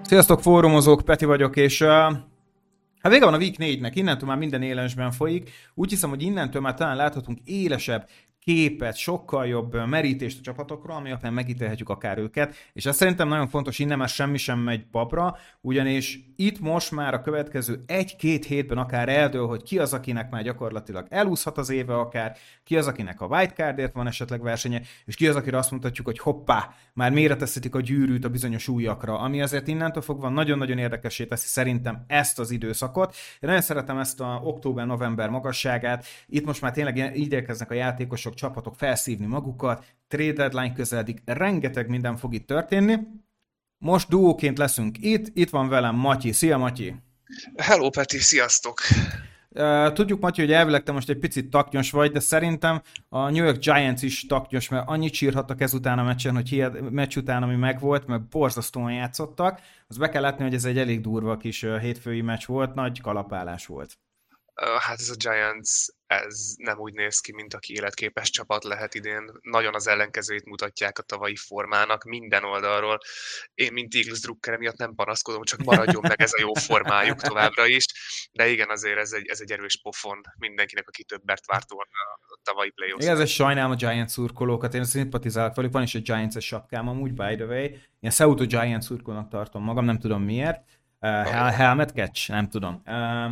Sziasztok, fórumozók, Peti vagyok, és hát vége van a Week 4-nek, innentől már minden élesben folyik. Úgy hiszem, hogy innentől már talán láthatunk élesebb képet, sokkal jobb merítést a csapatokról, ami alapján megítélhetjük akár őket, és ez szerintem nagyon fontos, innen már semmi sem megy papra, ugyanis itt most már a következő 1-2 hétben akár eldől, hogy ki az, akinek már gyakorlatilag elúszhat az éve akár, ki az, akinek a wildcardért van esetleg versenye, és ki az, akire azt mondhatjuk, hogy hoppá, már méreteztetik a gyűrűt a bizonyos újakra, ami azért innentől fogva nagyon-nagyon érdekessé teszi szerintem ezt az időszakot. Én nagyon szeretem ezt a október-november magasságát, itt most már tényleg igyekeznek a játékosok, csapatok felszívni magukat, trade deadline közeledik, rengeteg minden fog itt történni. Most duóként leszünk itt van velem Matyi. Szia, Matyi! Hello, Peti, sziasztok! Tudjuk, Matyi, hogy elvileg te most egy picit taknyos vagy, de szerintem a New York Giants is taknyos, mert annyit sírhattak ezután a meccsen, hogy meccs után, ami megvolt, mert borzasztóan játszottak. Az be kell látni, hogy ez egy elég durva kis hétfői meccs volt, nagy kalapálás volt. Hát ez a Giants, ez nem úgy néz ki, mint aki életképes csapat lehet idén. Nagyon az ellenkezőjét mutatják a tavalyi formának minden oldalról. Én, mint Eagles drukker, miatt nem panaszkodom, csak maradjon meg ez a jó formájuk továbbra is. De igen, azért ez egy erős pofon mindenkinek, aki többet várt volna a tavalyi playoffs. Igen, ez egy sajnálom a Giants szurkolókat, én szimpatizálok velük, van is egy Giants-es sapkám amúgy, by the way. Ilyen Pseudo Giants szurkolónak tartom magam, nem tudom miért. Helmet catch? Nem tudom.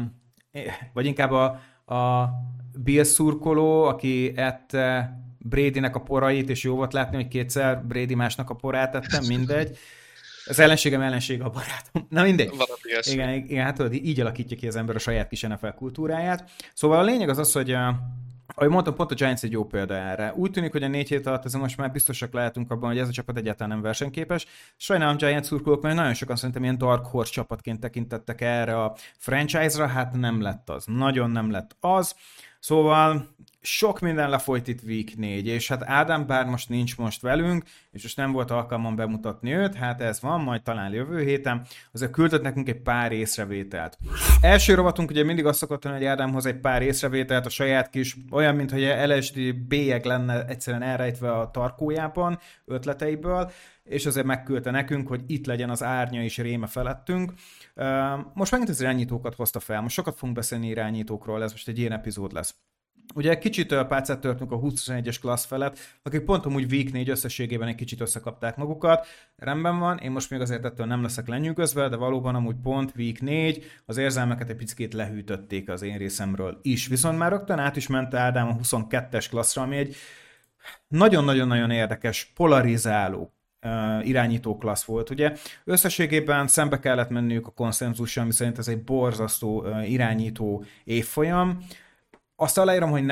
Vagy inkább a Bills szurkoló, aki ette Bradynek a porait, és jó volt látni, hogy kétszer Brady másnak a porát ettem, mindegy. Az ellenségem ellensége a barátom. Na mindegy. Igen, hát tudod, így alakítja ki az ember a saját kis NFL kultúráját. Szóval a lényeg az, hogy ahogy mondtam, pont a Giants egy jó példa erre. Úgy tűnik, hogy a 4 hét alatt most már biztosak lehetünk abban, hogy ez a csapat egyáltalán nem versenyképes. Sajnálom Giants szurkolók, mert nagyon sokan szerintem ilyen Dark Horse csapatként tekintettek erre a franchise-ra, hát nem lett az. Nagyon nem lett az. Szóval sok minden lefolyt itt Week 4, és hát Ádám bár most nincs most velünk, és most nem volt alkalmam bemutatni őt, hát ez van, majd talán jövő héten, azért küldött nekünk egy pár észrevételt. Első rovatunk ugye mindig azt szokott lenni, hogy Ádám hoz egy pár észrevételt, a saját kis, olyan, mintha LSD bélyeg lenne egyszerűen elrejtve a tarkójában, ötleteiből, és azért megküldte nekünk, hogy itt legyen az árnya és réme felettünk. Most megint az irányítókat hozta fel, most sokat fogunk beszélni irányítókról, ez most egy ilyen epizód lesz. Ugye kicsit pálcát törtünk a 21-es klassz felett, akik pont amúgy Week 4 összességében egy kicsit összekapták magukat. Rendben van, én most még azért ettől nem leszek lenyűgözve, de valóban amúgy pont Week 4 az érzelmeket egy picit lehűtötték az én részemről is. Viszont már rögtön át is ment Ádám a 22-es klasszra, ami egy nagyon-nagyon-nagyon érdekes, polarizáló irányító klassz volt, ugye. Összességében szembe kellett menniük a konszenzussal, ami szerint ez egy borzasztó irányító évfolyam. Azt aláírom, hogy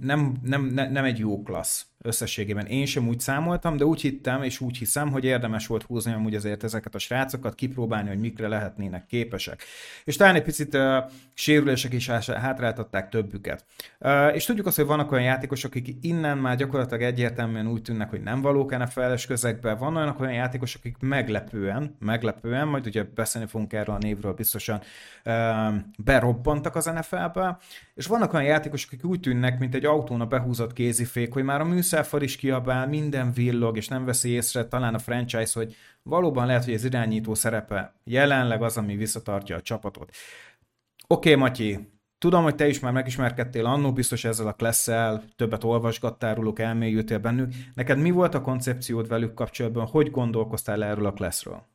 nem egy jó klassz összességében. Én sem úgy számoltam, de úgy hittem, és úgy hiszem, hogy érdemes volt húzni amúgy azért ezeket a srácokat, kipróbálni, hogy mikre lehetnének képesek. És talán egy picit sérülések is hátráltatták többüket. És tudjuk azt, hogy vannak olyan játékosok, akik innen már gyakorlatilag egyértelműen úgy tűnnek, hogy nem valók NFL-es közegben. Vannak olyan játékosok, akik meglepően, majd ugye beszélni fogunk erről a névről biztosan, berobbantak az NFL-be, és vannak olyan játékosok, akik úgy tűnnek, mint egy autón a behúzott kézifék, hogy már a műszerfal is kiabál, minden villog, és nem veszi észre talán a franchise, hogy valóban lehet, hogy az irányító szerepe jelenleg az, ami visszatartja a csapatot. Oké, Matyi, tudom, hogy te is már megismerkedtél annó, biztos ezzel a klasszel, többet olvasgattál róluk, elmélyültél bennük. Neked mi volt a koncepciód velük kapcsolatban, hogy gondolkoztál erről a klasszról?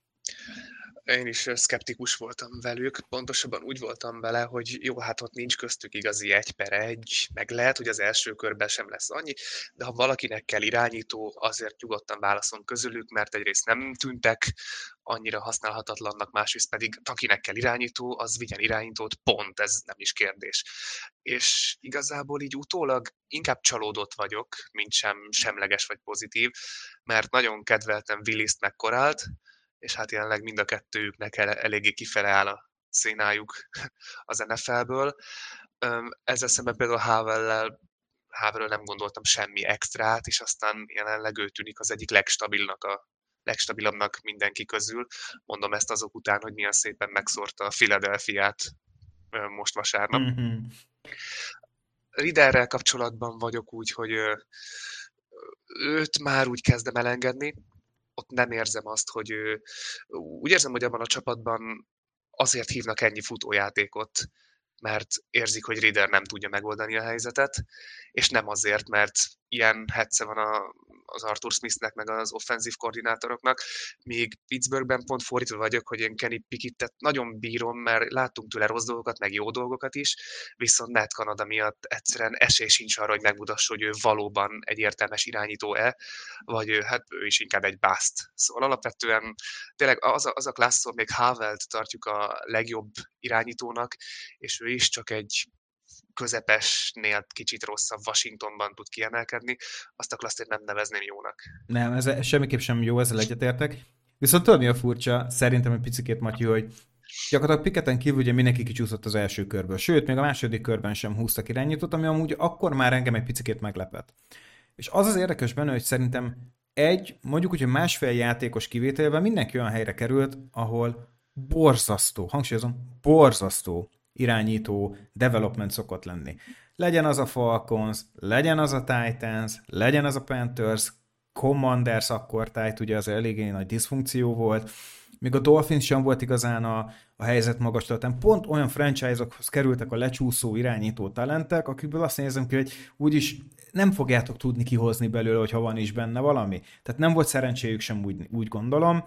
Én is szkeptikus voltam velük, pontosabban úgy voltam vele, hogy jó, hát ott nincs köztük igazi 1/1, meg lehet, hogy az első körben sem lesz annyi, de ha valakinek kell irányító, azért nyugodtan válaszom közülük, mert egyrészt nem tűntek annyira használhatatlannak, másrészt pedig akinek kell irányító, az vigyen irányítót, pont, ez nem is kérdés. És igazából így utólag inkább csalódott vagyok, mint sem semleges vagy pozitív, mert nagyon kedveltem Willist meg Corralt, és hát jelenleg mind a kettőjüknek eléggé kifele áll a szénájuk az NFL-ből. Ezzel szemben például Haverről nem gondoltam semmi extrát, és aztán jelenleg ő tűnik az egyik legstabilabbnak mindenki közül. Mondom ezt azok után, hogy milyen szépen megszórta a Philadelphiát most vasárnap. Mm-hmm. Riderrel kapcsolatban vagyok úgy, hogy őt már úgy kezdem elengedni. ott nem érzem azt, hogy ő, úgy érzem, hogy abban a csapatban azért hívnak ennyi futójátékot, mert érzik, hogy Reader nem tudja megoldani a helyzetet, és nem azért, mert ilyen hetsze van az Arthur Smithnek, meg az offenzív koordinátoroknak, míg Pittsburghben pont fordítva vagyok, hogy én Kenny Pickettet nagyon bírom, mert láttunk tőle rossz dolgokat, meg jó dolgokat is, viszont Matt Canada miatt egyszerűen esély sincs arra, hogy megmutassa, hogy ő valóban egy értelmes irányító-e, vagy ő is inkább egy bust. Szóval alapvetően tényleg az a klasszor még Havelt tartjuk a legjobb irányítónak, és ő is csak egy közepesnél kicsit rosszabb Washingtonban tud kiemelkedni, azt a klasszert nem nevezném jónak. Nem, ez semmiképp sem jó, ezzel egyetértek. Viszont tudod, mi a furcsa? Szerintem egy picikét, Matyi, hogy gyakorlatilag Picketen kívül ugye mindenki kicsúszott az első körből. Sőt, még a második körben sem húztak irányítót, ami amúgy akkor már engem egy picikét meglepett. És az az érdekes benne, hogy szerintem mondjuk úgy, hogy másfél játékos kivételével mindenki olyan helyre került, ahol borzasztó, hangsúlyozom, borzasztó irányító development szokott lenni. Legyen az a Falcons, legyen az a Titans, legyen az a Panthers, Commanders akkor tájt, ugye az eléggé nagy diszfunkció volt, még a Dolphins sem volt igazán a helyzet magaslatán. Pont olyan franchise-okhoz kerültek a lecsúszó irányító talentek, akikből azt nézem ki, hogy úgyis nem fogjátok tudni kihozni belőle, hogyha van is benne valami. Tehát nem volt szerencséjük sem, úgy gondolom.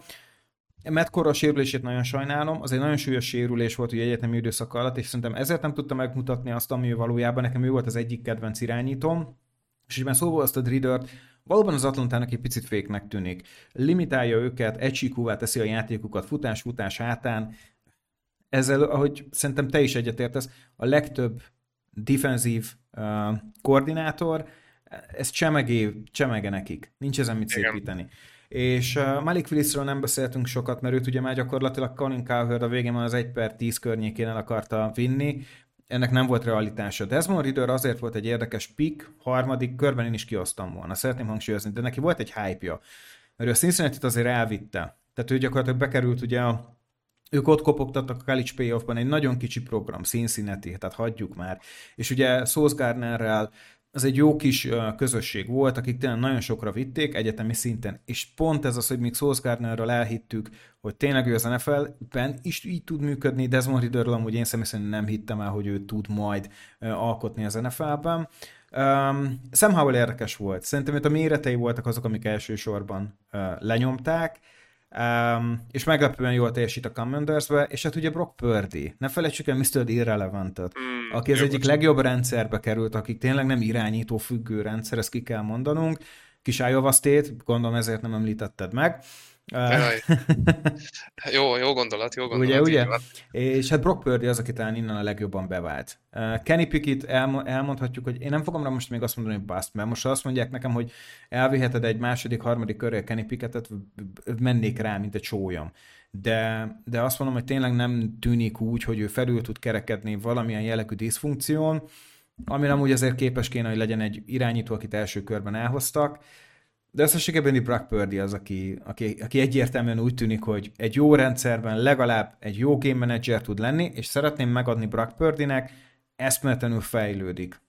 Matt Corral sérülését nagyon sajnálom, az egy nagyon súlyos sérülés volt ugye egyetemi időszak alatt, és szerintem ezért nem tudta megmutatni azt, ami valójában nekem ő volt az egyik kedvenc irányítóm. És így már szóval azt a Readert, valóban az Atlantának egy picit féknek tűnik. Limitálja őket, egysíkúvá teszi a játékukat futás hátán. Ezzel, ahogy szerintem te is egyetértesz, a legtöbb defenzív koordinátor, ez csemege nekik. Nincs ezen mit szépíteni. És Malik Willisről nem beszéltünk sokat, mert őt ugye már gyakorlatilag Colin Cowherd a végén az 1/10 környékén el akarta vinni, ennek nem volt realitása. Desmond Ridder azért volt egy érdekes pick, harmadik körben én is kiosztam volna, szeretném hangsúlyozni, de neki volt egy hype-ja, mert ő a Cincinnati-t azért elvitte. Tehát ő gyakorlatilag bekerült ugye ők ott kopogtattak a college playoffban egy nagyon kicsi program, Cincinnati, tehát hagyjuk már. És ugye Sauce Gardnerrel az egy jó kis közösség volt, akik tényleg nagyon sokra vitték egyetemi szinten, és pont ez az, hogy még Sauce Gardnerről elhittük, hogy tényleg ő az NFL-ben is így tud működni, Desmond Ridderről amúgy én személy szerint nem hittem el, hogy ő tud majd alkotni az NFL-ben. Sam Howell érdekes volt. Szerintem itt a méretei voltak azok, amik elsősorban lenyomták, és meglepően jól teljesít a Commandersbe, és hát ugye Brock Purdy, ne felejtsük el Mr. Irrelevantot, aki az egyik legjobb rendszerbe került, akik tényleg nem irányító függő rendszer, ezt ki kell mondanunk. Kis Iowa State, gondolom ezért nem említetted meg. Jó gondolat, jó gondolat. Ugye? És hát Brock Purdy az, aki talán innen a legjobban bevált. Kenny Pickett elmondhatjuk, hogy én nem fogom rá most még azt mondani, hogy bust, mert most azt mondják nekem, hogy elviheted egy második, harmadik körre Kenny Pickettet, mennék rá, mint egy sólyom. De azt mondom, hogy tényleg nem tűnik úgy, hogy ő felül tud kerekedni valamilyen jellegű diszfunkción, amire amúgy azért képes kéne, hogy legyen egy irányító, akit első körben elhoztak. De összességében Brock Purdy az, aki egyértelműen úgy tűnik, hogy egy jó rendszerben legalább egy jó game manager tud lenni, és szeretném megadni Brock Purdynek, eszméletlenül fejlődik.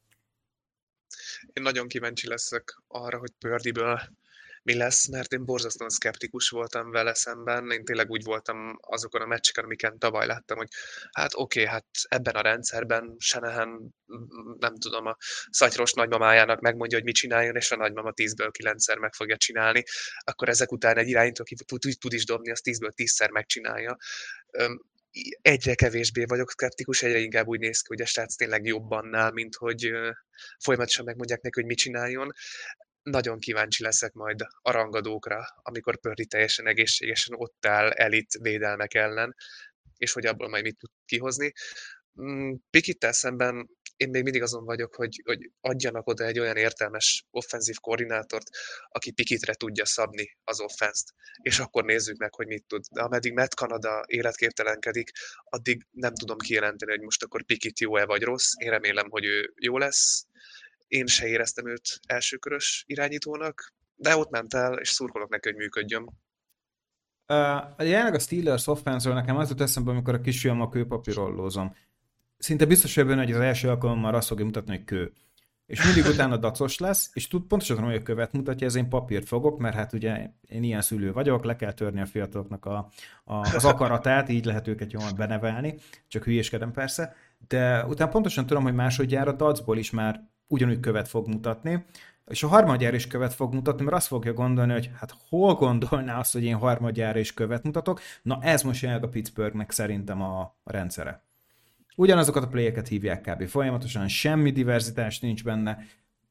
Én nagyon kíváncsi leszek arra, hogy Purdyből mi lesz, mert én borzasztóan szkeptikus voltam vele szemben. Én tényleg úgy voltam azokon a meccseken, amiken tavaly láttam, hogy hát oké, hát ebben a rendszerben Shanahan, nem tudom, a szatyros nagymamájának megmondja, hogy mit csináljon, és a nagymama 10-ből 9-szer meg fogja csinálni, akkor ezek után egy irányító, aki tud is dobni, az 10-ből 10-szer megcsinálja. Egyre kevésbé vagyok szkeptikus, egyre inkább úgy néz ki, hogy a srác tényleg jobb annál, mint hogy folyamatosan megmondják neki, hogy mit csináljon. Nagyon kíváncsi leszek majd a rangadókra, amikor Purdy teljesen egészségesen ott áll elit védelmek ellen, és hogy abból majd mit tud kihozni. Pickettel szemben én még mindig azon vagyok, hogy adjanak oda egy olyan értelmes offenzív koordinátort, aki Pickettre tudja szabni az offenszt, és akkor nézzük meg, hogy mit tud. De ameddig Matt Canada életképtelenkedik, addig nem tudom kijelenteni, hogy most akkor Pickett jó-e vagy rossz. Én remélem, hogy ő jó lesz. Én se éreztem őt elsőkörös irányítónak, de ott ment el, és szurkolok neki, hogy működjön. Jelenleg a Steelers offense-ről nekem az jut eszembe, amikor a kisfiammal kőpapírollózom. Szinte biztos, hogy benne, hogy az első alkalommal azt fogja mutatni, hogy kő. és mindig utána dacos lesz, és pontosan tudom, hogy a követ mutatja, ez én papírt fogok, mert hát ugye én ilyen szülő vagyok, le kell törni a fiataloknak az akaratát, így lehet őket jól benevelni, csak hülyéskedem persze, de utána pontosan tudom, hogy másodjára dacból is már ugyanúgy követ fog mutatni, és a harmadjára is követ fog mutatni, mert azt fogja gondolni, hogy hát hol gondolná azt, hogy én harmadjára is követ mutatok, na ez most jelenleg a Pittsburghnek szerintem a rendszere. Ugyanazokat a playeket hívják kb. Folyamatosan, semmi diverzitás nincs benne.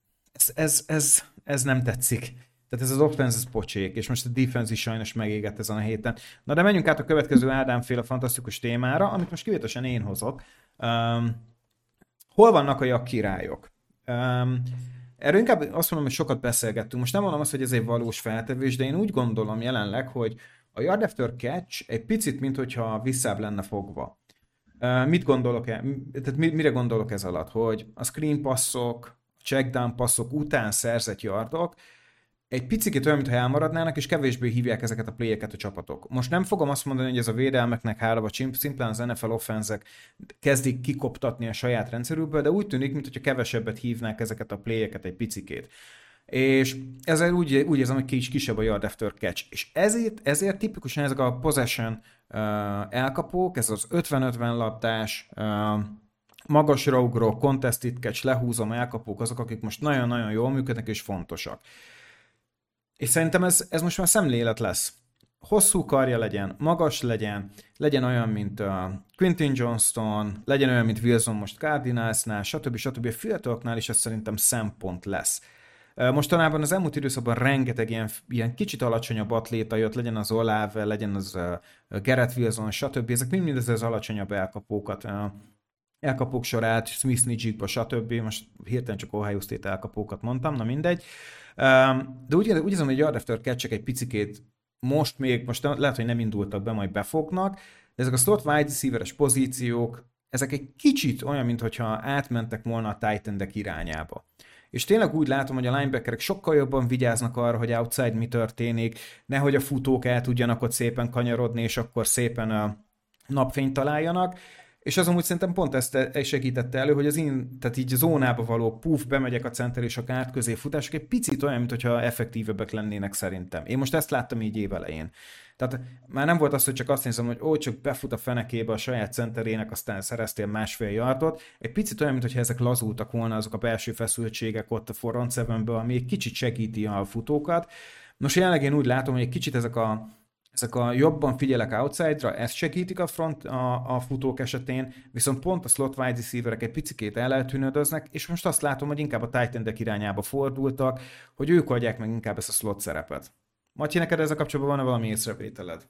Ez nem tetszik. Tehát ez az offense, ez pocsék, és most a defense is sajnos megégett ezen a héten. Na de menjünk át a következő Ádám-féle fantasztikus témára, amit most kivételesen én hozok. Hol vannak a jak királyok? Erről inkább azt mondom, hogy sokat beszélgettünk. Most nem mondom azt, hogy ez egy valós feltevés, de én úgy gondolom jelenleg, hogy a yard after catch egy picit, mintha visszább lenne fogva. Mit gondolok tehát mire gondolok ez alatt? Hogy a screen passzok, a checkdown passzok után szerzett yardok egy picit olyan, mintha elmaradnának, és kevésbé hívják ezeket a playeket a csapatok. Most nem fogom azt mondani, hogy ez a védelmeknek hála, vagy szimplán az NFL offenzek kezdik kikoptatni a saját rendszerükből, de úgy tűnik, mintha kevesebbet hívnák ezeket a playeket egy picikét. És ezzel úgy érzem, hogy kisebb a yard after catch. És ezért tipikusan ezek a possession elkapók, ez az 50-50 labdás, magasra ugró, contested catch, lehúzom elkapók, azok, akik most nagyon-nagyon jól működnek és fontosak. És szerintem ez most már szemlélet lesz. Hosszú karja legyen, magas legyen olyan, mint Quentin Johnston, legyen olyan, mint Wilson most Cardinalsnál, stb. A fiataloknál is ez szerintem szempont lesz. Mostanában az elmúlt időszakban rengeteg ilyen kicsit alacsonyabb atléta jött, legyen az Olave, legyen az Garrett Wilson, stb. Ezek mind az alacsonyabb elkapók sorát, Smith Nijigba, stb. Most hirtelen csak Ohio State elkapókat mondtam, na mindegy. De úgy érzem, hogy a yard after catch-ek egy picikét most lehet, hogy nem indultak be, majd befognak, de ezek a slot wide receiver-es pozíciók, ezek egy kicsit olyan, mintha átmentek volna a tight endek irányába. És tényleg úgy látom, hogy a linebackerek sokkal jobban vigyáznak arra, hogy outside mi történik, nehogy a futók el tudjanak ott szépen kanyarodni, és akkor szépen a napfényt találjanak. És az amúgy szerintem pont ezt segítette elő, hogy tehát így a zónába való bemegyek a center és a kárt közé futások egy picit olyan, mintha effektívebbek lennének szerintem. Én most ezt láttam így évelején. Tehát már nem volt az, hogy csak azt nézem, hogy csak befut a fenekébe a saját centerének, aztán szereztél másfél yardot. Egy picit olyan, mintha ezek lazultak volna azok a belső feszültségek ott a front sevenből, ami egy kicsit segíti a futókat. Most jelenleg én úgy látom, hogy egy kicsit ezek a jobban figyelek outside-ra, ezt segítik a futók esetén, viszont pont a slot wide receiverek egy picikét eltűnődöznek, és most azt látom, hogy inkább a tight endek irányába fordultak, hogy ők adják meg inkább ezt a slot szerepet. Matyi, neked ezzel kapcsolatban van-e valami észrevételed?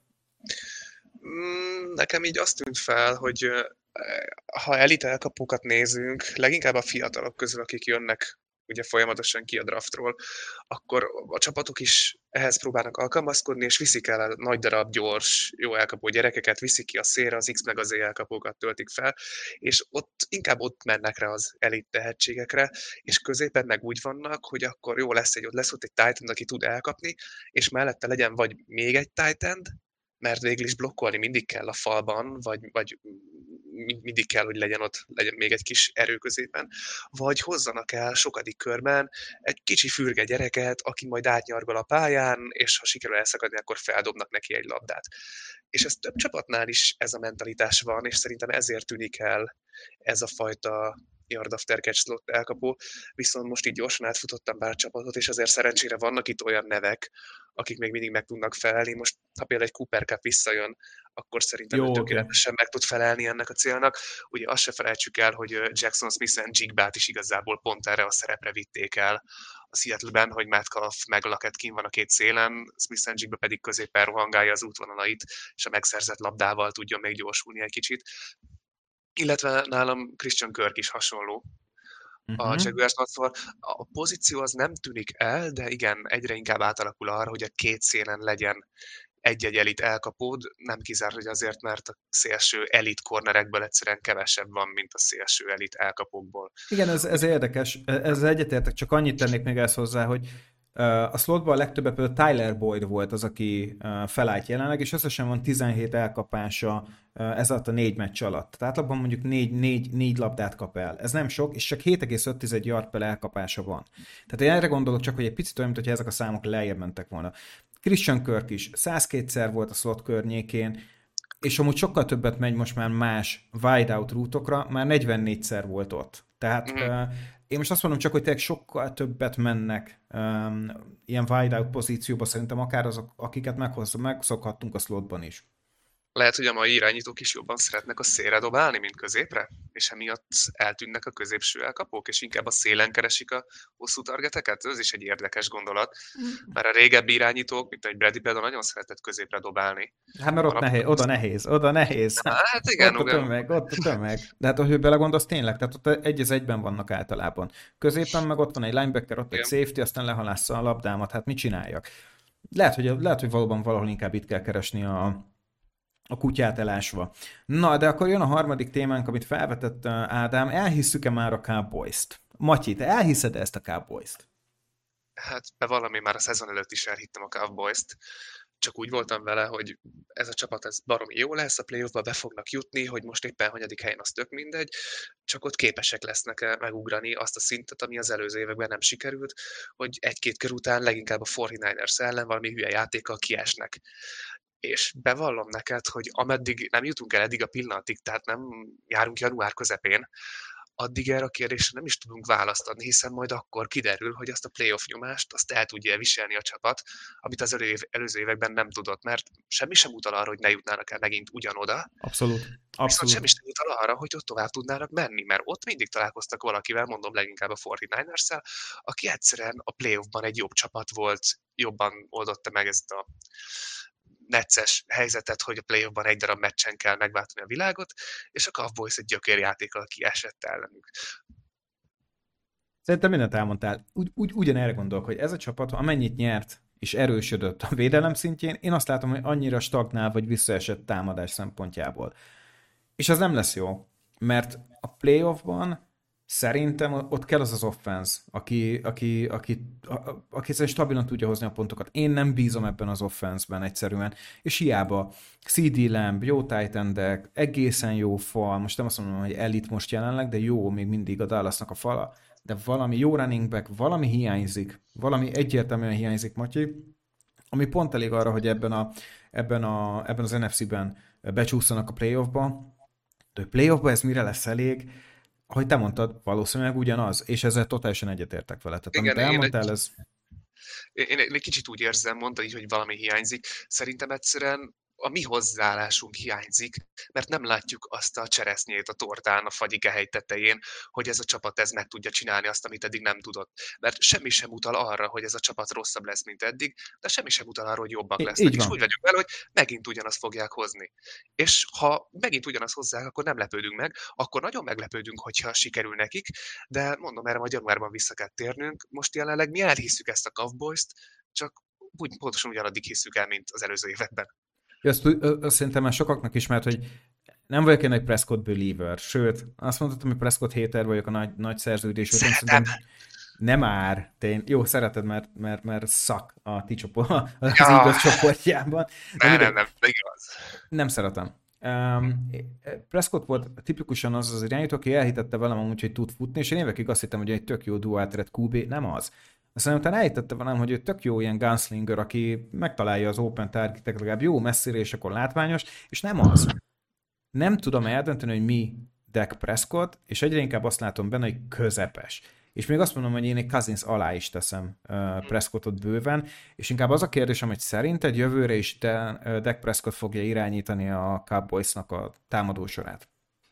Nekem így azt tűnt fel, hogy ha elit elkapókat nézünk, leginkább a fiatalok közül, akik jönnek ugye folyamatosan ki a draftról, akkor a csapatok is ehhez próbálnak alkalmazkodni, és viszik el a nagy darab, gyors, jó elkapó gyerekeket, viszik ki a szélre, az X meg az Z elkapókat töltik fel, és inkább ott mennek rá az elit tehetségekre, és középen meg úgy vannak, hogy akkor jó lesz lesz ott egy tight end, aki tud elkapni, és mellette legyen vagy még egy tight end, mert végül is blokkolni mindig kell a falban, vagy mindig kell, hogy legyen még egy kis erő középen, vagy hozzanak el sokadik körben egy kicsi fürge gyereket, aki majd átnyargal a pályán, és ha sikerül elszakadni, akkor feldobnak neki egy labdát. És ez több csapatnál is ez a mentalitás van, és szerintem ezért tűnik el ez a fajta yard after catch slot elkapó, viszont most így gyorsan átfutottam pár csapatot, és azért szerencsére vannak itt olyan nevek, akik még mindig meg tudnak felelni. Most, ha például egy Cooper Cup visszajön, akkor szerintem ő tökéletesen meg tud felelni ennek a célnak. Ugye azt se felejtsük el, hogy Jackson Smith-Njigbát is igazából pont erre a szerepre vitték el a Seattle-ben, hogy Metcalf meg Luckett van a két szélen, Smith-Njigba pedig középen rohangálja az útvonalait, és a megszerzett labdával tudjon még gyorsulni egy kicsit. Illetve nálam Christian Kirk is hasonló a Jaguarsban, szóval a pozíció az nem tűnik el, de igen, egyre inkább átalakul arra, hogy a két szélen legyen egy-egy elit elkapód, nem kizárt, hogy azért, mert a szélső elit cornerekből egyszerűen kevesebb van, mint a szélső elit elkapókból. Igen, ez érdekes, ezzel egyetértek, csak annyit tennék még ezt hozzá, hogy A slotban a legtöbbet például Tyler Boyd volt az, aki felállt jelenleg, és összesen van 17 elkapása ez alatt a 4 meccs alatt. Tehát átlagban mondjuk 4 labdát kap el. Ez nem sok, és csak 7,5 yard per elkapása van. Tehát én erre gondolok csak, hogy egy picit olyan, mintha ezek a számok lejjebb mentek volna. Christian Kirk is 102-szer volt a slot környékén, és amúgy sokkal többet megy most már más wide-out rútokra, már 44-szer volt ott. Tehát én most azt mondom csak, hogy tényleg sokkal többet mennek ilyen wide-out pozícióba, szerintem akár azok, akiket megszokhattunk a slotban is. Lehet, hogy a mai irányítók is jobban szeretnek a szélre dobálni, mint középre, és emiatt eltűnnek a középső elkapók, és inkább a szélen keresik a hosszú targeteket? Ez is egy érdekes gondolat, mert a régebbi irányítók, mint egy Brady Pledon, nagyon szeretett középre dobálni. Hát mert ott nehéz, oda nehéz. Hát igen, ott a tömeg. De hát, ahogy belegondolsz, tényleg, tehát ott egy az egyben vannak általában. Középen meg ott van egy linebacker, ott egy safety, aztán lehalásza a labdámat, hát mit csináljak? Lehet, hogy valóban valahol inkább itt kell keresni a kutyát elásva. Na, de akkor jön a harmadik témánk, amit felvetett Ádám. Elhisszük-e már a Cowboys-t? Matyi, te elhiszed ezt a Cowboys-t? Hát bevallom, már a szezon előtt is elhittem a Cowboys-t. Csak úgy voltam vele, hogy ez a csapat ez baromi jó lesz, a playoffba be fognak jutni, hogy most éppen hanyadik helyen, az tök mindegy, csak ott képesek lesznek megugrani azt a szintet, ami az előző években nem sikerült, hogy egy-két kör után leginkább a 49ers ellen valami hülye játékkal kiesnek. És bevallom neked, hogy ameddig nem jutunk el eddig a pillanatig, tehát nem járunk január közepén, addig erre a kérdésre nem is tudunk választ adni, hiszen majd akkor kiderül, hogy azt a playoff nyomást azt el tudja viselni a csapat, amit az előző években nem tudott, mert semmi sem utal arra, hogy ne jutnának el megint ugyanoda. Abszolút. Viszont semmi sem utal arra, hogy ott tovább tudnának menni, mert ott mindig találkoztak valakivel, mondom leginkább a 49ers-szel, aki egyszerűen a playoffban egy jobb csapat volt, jobban oldotta meg ezt a necces helyzetet, hogy a playoffban egy darab meccsen kell megváltani a világot, és a Cowboys egy gyökérjátékkal kiesett ellenük. Szerintem mindent elmondtál. Ugyanerre gondolok, hogy ez a csapat, amennyit nyert és erősödött a védelem szintjén, én azt látom, hogy annyira stagnál vagy visszaesett támadás szempontjából. És az nem lesz jó, mert a playoffban szerintem ott kell az offense, aki stabilan tudja hozni a pontokat. Én nem bízom ebben az offense-ben egyszerűen, és hiába CD Lamb, jó tight endek, egészen jó fal, most nem azt mondom, hogy elit most jelenleg, de jó még mindig a Dallasnak a fala, de valami jó running back, valami hiányzik, valami egyértelműen hiányzik, Matyi, ami pont elég arra, hogy ebben az NFC-ben becsúszanak a playoffba, de a playoffba ez mire lesz elég, ahogy te mondtad, valószínűleg ugyanaz, és ezzel totálisan egyetértek vele. Tehát igen, amit elmondtál, ez... Én egy kicsit úgy érzem, mondta így, hogy valami hiányzik. Szerintem egyszerűen a mi hozzáállásunk hiányzik, mert nem látjuk azt a cseresznyét a tortán, a fagyigehely tetején, hogy ez a csapat ez meg tudja csinálni azt, amit eddig nem tudott. Mert semmi sem utal arra, hogy ez a csapat rosszabb lesz, mint eddig, de semmi sem utal arra, hogy jobbak lesznek. És úgy vagyunk vele, hogy megint ugyanazt fogják hozni. És ha megint ugyanazt hozzák, akkor nem lepődünk meg, akkor nagyon meglepődünk, hogyha sikerül nekik, de mondom, erre majd januárban vissza kell térnünk. Most jelenleg mi elhisszük ezt a Cowboys-t, csak pontosan ugyanaddig hisszük el, mint az előző években. Azt szerintem már sokaknak ismert, hogy nem vagyok én egy Prescott believer, sőt, azt mondhatom, hogy Prescott hater vagyok a nagy szerződés. Szeretem. Nem ár. Jó, szereted, mert szak a ti az igaz csoportjában. Nem igaz. Nem szeretem. Prescott volt tipikusan az irányító, aki elhitette velem amúgy, hogy tud futni, és én évekig azt hittem, hogy egy tök jó dual threat QB, nem az. Aztán utána elhittette velem, hogy ő tök jó ilyen gunslinger, aki megtalálja az open targetek legalább jó messzire, és akkor látványos, és nem az. Nem tudom eldönteni, hogy mi Dak Prescott, és egyre inkább azt látom benne, hogy közepes. És még azt mondom, hogy én egy Cousins alá is teszem Prescottot bőven, és inkább az a kérdésem, hogy szerinted jövőre is Dak Prescott fogja irányítani a Cowboysnak a támadósorát?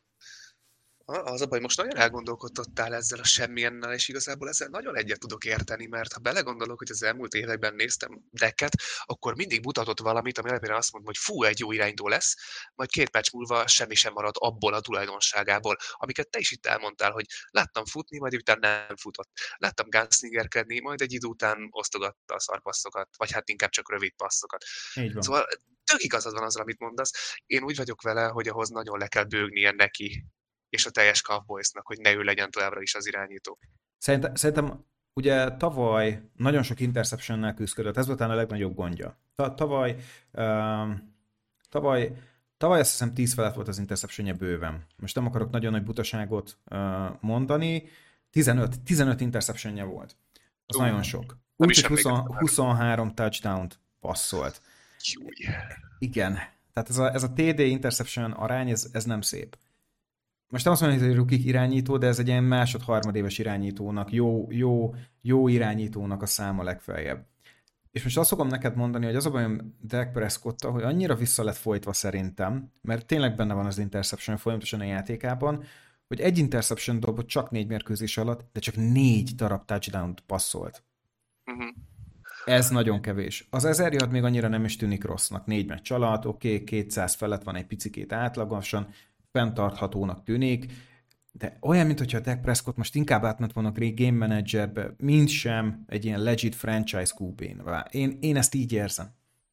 Az a baj, most nagyon elgondolkodtál ezzel a semmiennel, és igazából ezzel nagyon egyet tudok érteni, mert ha belegondolok, hogy az elmúlt években néztem Deket, akkor mindig mutatott valamit, ami alapján azt mondom, hogy fú, egy jó irányító lesz, majd 2 perc múlva semmi sem marad abból a tulajdonságából, amiket te is itt elmondtál, hogy láttam futni, majd utána nem futott. Láttam gunslingerkedni, majd egy idő után osztogatta a szarpasszokat, vagy hát inkább csak rövid passzokat. Szóval tök igazad van azzal, amit mondasz. Én úgy vagyok vele, hogy ahhoz nagyon le kell bőgnie neki és a teljes Cowboysnak, hogy ne ő legyen továbbra is az irányító. Szerintem ugye tavaly nagyon sok interceptionnel küzdött, ez volt talán a legnagyobb gondja. Um, tavaly, tavaly azt hiszem 10 felett volt az interceptionje bőven. Most nem akarok nagyon nagy butaságot mondani, 15 interceptionje volt. Az nagyon sok. Nem Úgy, is hogy emlékeztem már. 23 touchdown-t passzolt. Júj. Igen. Tehát ez a TD interception arány, ez nem szép. Most nem azt mondom, hogy egy rookie irányító, de ez egy ilyen másod-harmadéves irányítónak, jó irányítónak a száma legfeljebb. És most azt fogom neked mondani, hogy az a bajom Dak Prescott-tal, hogy annyira vissza lett folytva szerintem, mert tényleg benne van az interception folyamatosan a játékában, hogy egy interception dobott csak 4 mérkőzés alatt, de csak 4 darab touchdown-t passzolt. Uh-huh. Ez nagyon kevés. Az 1000 yard még annyira nem is tűnik rossznak. 4 meccs alatt, oké, 200 felett van egy picikét átlagosan, fenntarthatónak tűnik, de olyan, mintha a Dak Prescott most inkább átment volna a game managerbe, mint sem egy ilyen legit franchise QB-n. Én ezt így érzem.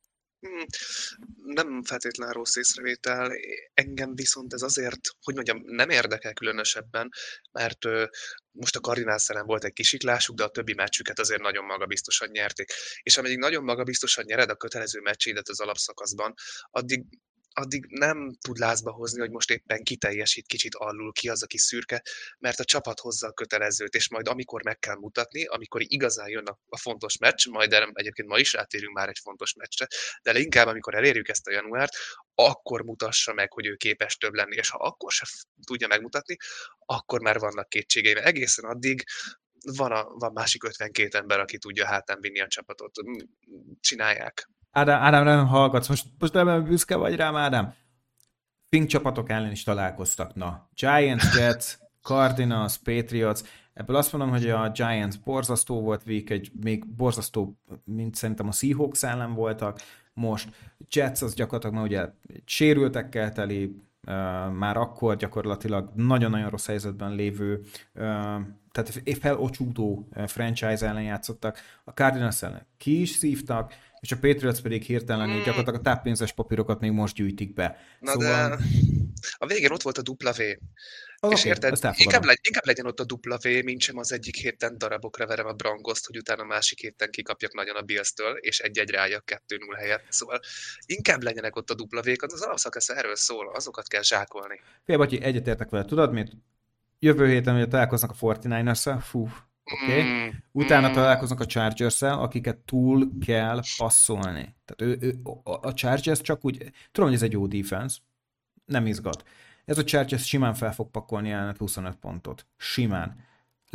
Nem feltétlenül rossz észrevétel, engem viszont ez azért, hogy mondjam, nem érdekel különösebben, mert most a Cardinals ellen volt egy kisiklásuk, de a többi meccsüket azért nagyon magabiztosan nyerték. És ameddig nagyon magabiztosan nyered a kötelező meccsédet az alapszakaszban, addig nem tud lázba hozni, hogy most éppen kiteljesít, kicsit alul ki az, aki szürke, mert a csapat hozza a kötelezőt, és majd amikor meg kell mutatni, amikor igazán jön a fontos meccs, majd erre egyébként ma is rátérünk már egy fontos meccsre, de inkább amikor elérjük ezt a januárt, akkor mutassa meg, hogy ő képes több lenni, és ha akkor se tudja megmutatni, akkor már vannak kétségeim. Egészen addig van másik 52 ember, aki tudja hátán vinni a csapatot. Csinálják. Ádám, nem hallgatsz. Most nem büszke vagy rám, Ádám? Fink csapatok ellen is találkoztak. Na, Giants, Jets, Cardinals, Patriots. Ebből azt mondom, hogy a Giants borzasztó volt még borzasztó, mint szerintem a Seahawks ellen voltak. Most Jets az gyakorlatilag már ugye sérültekkel teli, már akkor gyakorlatilag nagyon-nagyon rossz helyzetben lévő, tehát felocsúdó franchise ellen játszottak. A Cardinals ellen ki is szívtak, és a Patriots pedig hirtelen gyakorlatilag a táppénzes papírokat még most gyűjtik be. Na Szóval... de a végén ott volt a W. Az És oké, érted, ezt elfogadom. inkább legyen ott a W, mint sem az egyik héten darabokra verem a Broncoszt, hogy utána a másik héten kikapjak nagyon a Bills-től, és egy rájak 2-0 helyett. Szóval inkább legyenek ott a W-k, az alapszakasz erről szól, azokat kell zsákolni. Fél, Bacsi, egyetértek vele. Tudod mit? Jövő héten ugye találkoznak a 49ers-szel, oké. Utána találkoznak a Chargers-szel, akiket túl kell passzolni. Tehát a Chargers csak úgy, tudom, hogy ez egy jó defense, nem izgat. Ez a Chargers simán fel fog pakolni ellenet 25 pontot. Simán.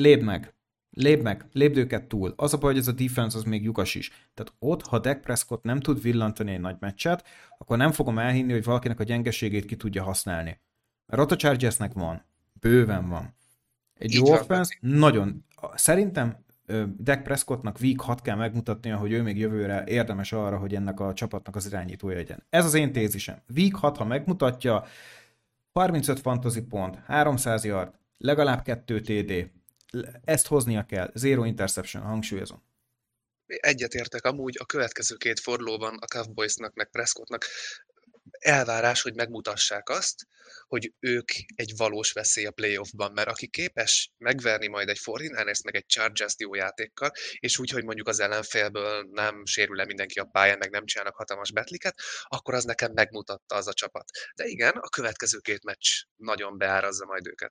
Lépd őket túl. Az a baj, hogy ez a defense az még lyukas is. Tehát ott, ha Dak Prescott nem tud villantani egy nagy meccset, akkor nem fogom elhinni, hogy valakinek a gyengeségét ki tudja használni. Mert ott a Chargersnek van. Bőven van. Egy jó offense, nagyon. Szerintem Dak Prescottnak week 6 kell megmutatnia, hogy ő még jövőre érdemes arra, hogy ennek a csapatnak az irányítója legyen. Ez az én tézisem. Week 6, ha megmutatja, 35 fantasy pont, 300 yard, legalább 2 TD. Ezt hoznia kell. Zero interception, hangsúlyozom. Egyetértek, amúgy a következő két fordulóban a Cowboysnak, meg Prescottnak elvárás, hogy megmutassák azt, hogy ők egy valós veszély a playoffban, mert aki képes megverni majd egy 49ers, meg egy Chargers-t jó játékkal, és úgy, hogy mondjuk az ellenfélből nem sérül le mindenki a pályán, meg nem csinálnak hatalmas betliket, akkor az nekem megmutatta az a csapat. De igen, a következő két meccs nagyon beárazza majd őket.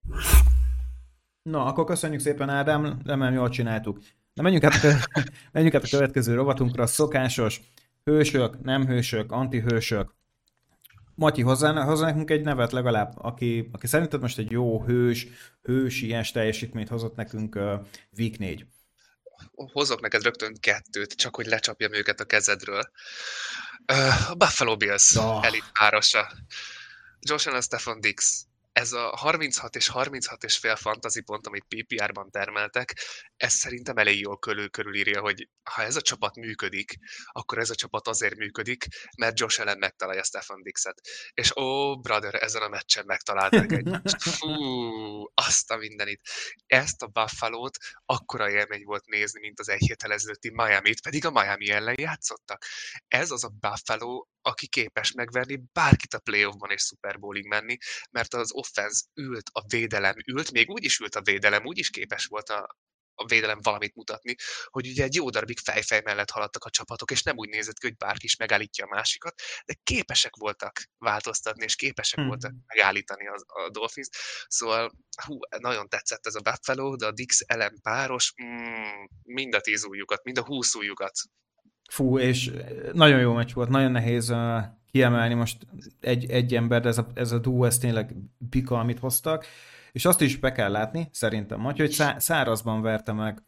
Na, akkor köszönjük szépen, Ádám, remélem jól csináltuk. Na, menjünk át a következő rovatunkra, a szokásos hősök, nem hősök, antihősök. Matyi, hozzá nekünk egy nevet legalább, aki szerinted most egy jó hősies teljesítményt hozott nekünk Week 4. Hozok neked rögtön kettőt, csak hogy lecsapjam őket a kezedről. A Buffalo Bills elitvárosa. Josh Allen, Stefon Diggs. Ez a 36 és 36 és fél fantasy pont, amit PPR-ban termeltek, ez szerintem elég jól körülírja, hogy ha ez a csapat működik, akkor ez a csapat azért működik, mert Josh Allen megtalálja Stefon Diggs-et. És brother, ezen a meccsen megtalálták egymást. Fú, azt a mindenit. Ezt a Buffalo-t akkora élmény volt nézni, mint az egy héttel ezelőtti Miami-t, pedig a Miami ellen játszottak. Ez az a Buffalo, aki képes megverni bárkit a playoffban és Super Bowlig menni, mert az offense ült, a védelem ült, még úgy is ült a védelem, úgy is képes volt a a védelem valamit mutatni, hogy ugye egy jó darabig fejfej mellett haladtak a csapatok, és nem úgy nézett ki, hogy bárki is megállítja a másikat, de képesek voltak változtatni, és képesek voltak megállítani a Dolphins. Szóval nagyon tetszett ez a Buffalo, de a Dix ellen páros, mind a 10 ujjukat, mind a 20 ujjukat. Fú, és nagyon jó meccs volt, nagyon nehéz kiemelni most egy ember, de ez a duó, ez tényleg bika, amit hoztak. És azt is be kell látni, szerintem, Matyi, hogy szárazban verte meg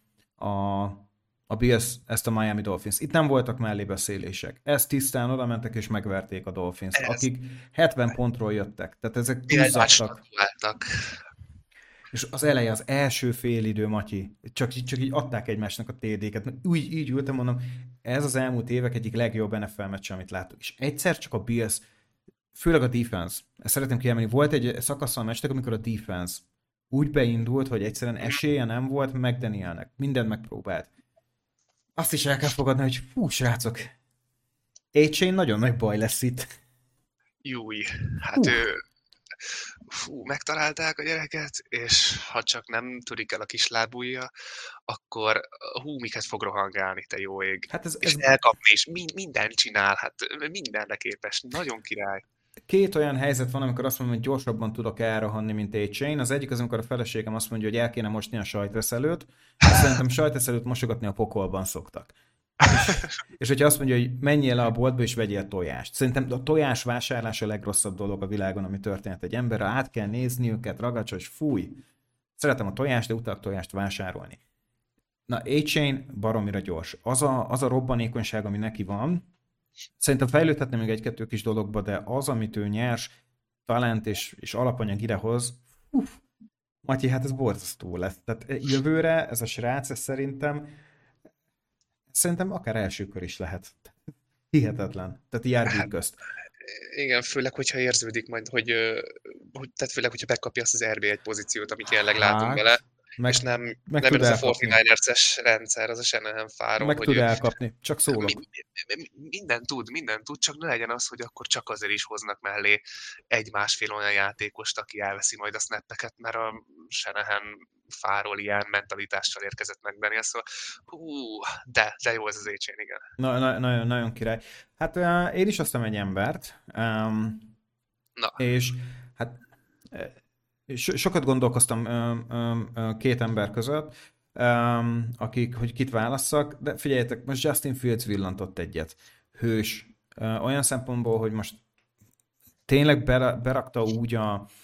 a Bills ezt a Miami Dolphins. Itt nem voltak mellébeszélések. Ezt tisztán oda mentek és megverték a Dolphins, akik 70 pontról jöttek. Tehát ezek túlzottak. És az eleje, az első félidő, Matyi, csak így adták egymásnak a TD-ket. Így ültem, mondom, ez az elmúlt évek egyik legjobb NFL meccse, amit látok. És egyszer csak a Bills, főleg a defense, ezt szeretném kiemelni, volt egy szakasz a meccsnek, amikor a defense úgy beindult, hogy egyszerűen esélye nem volt McDanielnek. Mindent megpróbált. Azt is el kell fogadni, hogy fú, srácok, A-Chain nagyon nagy baj lesz itt. Júj, hát megtalálták a gyereket, és ha csak nem törik el a kislábújja, akkor miket fog rohangálni, te jó ég. Hát és elkapni, és mindent csinál, hát mindenre képes, nagyon király. Két olyan helyzet van, amikor azt mondom, hogy gyorsabban tudok elrohanni, mint A-Chain. Az egyik az, amikor a feleségem azt mondja, hogy el kéne mosni a sajtreszelőt. Szerintem sajtreszelőt mosogatni a pokolban szoktak. És hogyha azt mondja, hogy menjél le a boltba és vegyél tojást. Szerintem a tojás vásárlás a legrosszabb dolog a világon, ami történt egy emberre. Át kell nézni őket, ragacsos, fúj. Szeretem a tojást, de utána tojást vásárolni. Na, A-Chain baromira gyors. Az a robbanékonyság, ami neki van, szerintem fejlődhetne még egy-kettő kis dologba, de az, amit ő nyers, talent és alapanyag idehoz, Matyi, hát ez borzasztó lesz. Tehát jövőre ez a srác, ez szerintem akár első kör is lehet. Hihetetlen. Tehát járjuk közt. Igen, főleg, hogyha érződik majd, tehát főleg, hogyha megkapja azt az RB1 pozíciót, amit jelenleg látunk vele. És nem ez a 49ers rendszer, az a Shanahan fáról. Meg tud elkapni, csak szólok. Minden tud, csak ne legyen az, hogy akkor csak azért is hoznak mellé egy-másfél olyan játékost, aki elveszi majd a snappeket, mert a Shanahan fáról ilyen mentalitással érkezett meg Daniel, szóval de jó ez az A-Chain, igen. Nagyon király. Hát én is hoztam egy embert, és hát sokat gondolkoztam két ember között, akik, hogy kit válasszak, de figyeljetek, most Justin Fields villantott egyet. Hős. Olyan szempontból, hogy most tényleg berakta úgy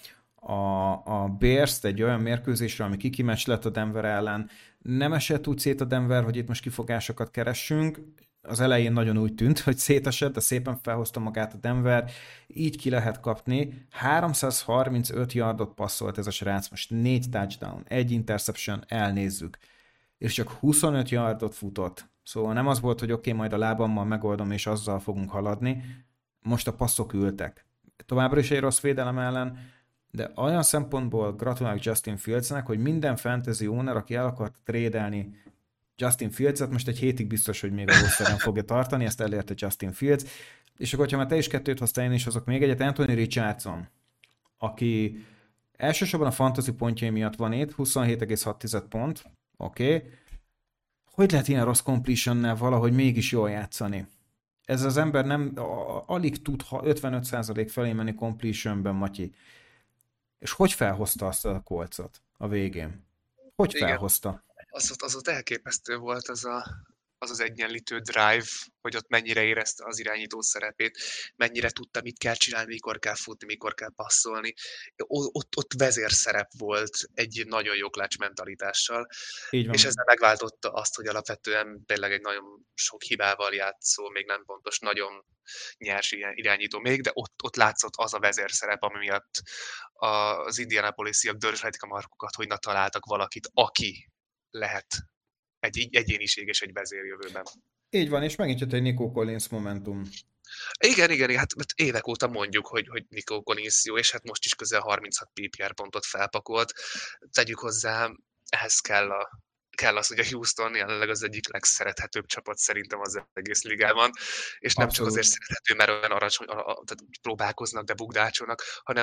a Bears-t egy olyan mérkőzésre, ami kikimeccs lett a Denver ellen. Nem esett úgy szét a Denver, hogy itt most kifogásokat keressünk. Az elején nagyon úgy tűnt, hogy szétesett, de szépen felhozta magát a Denver. Így ki lehet kapni. 335 yardot passzolt ez a srác, most 4 touchdown, 1 interception, elnézzük. És csak 25 yardot futott. Szóval nem az volt, hogy oké, majd a lábammal megoldom, és azzal fogunk haladni. Most a passzok ültek. Továbbra is egy rossz védelem ellen, de olyan szempontból gratulálok Justin Fieldsnek, hogy minden fantasy owner, aki el akart trédelni Justin Fields-et, most egy hétig biztos, hogy még a rosteren fogja tartani, ezt elérte Justin Fields. És akkor, ha már te is kettőt hoztál, én is hozok még egyet, Anthony Richardson, aki elsősorban a fantasy pontjai miatt van itt, 27,6 pont, oké. Hogy lehet ilyen rossz completionnel valahogy mégis jól játszani? Ez az ember alig tud 55% felé menni completionben, Matyi. És hogy felhozta azt a kolcot a végén? Hogy felhozta? Az ott elképesztő volt az egyenlítő drive, hogy ott mennyire érezte az irányító szerepét, mennyire tudta, mit kell csinálni, mikor kell futni, mikor kell passzolni. Ott vezérszerep volt egy nagyon jó clutch mentalitással, és ezzel megváltotta azt, hogy alapvetően tényleg egy nagyon sok hibával játszó, még nem pontos, nagyon nyers irányító még, de ott látszott az a vezérszerep, ami miatt az Indianapolisiak dörzsölhetik a markukat, hogy találtak valakit, aki lehet egy egyéniség és egy vezér jövőben. Így van, és megint jött egy Nico Collins momentum. Igen, hát évek óta mondjuk, hogy Nico Collins jó, és hát most is közel 36 PPR pontot felpakolt. Tegyük hozzá, ehhez kell az, hogy a Houston jelenleg az egyik legszerethetőbb csapat szerintem az egész ligában, és nem csak azért szerethető, mert olyan tehát próbálkoznak, de bugdácsolnak, hanem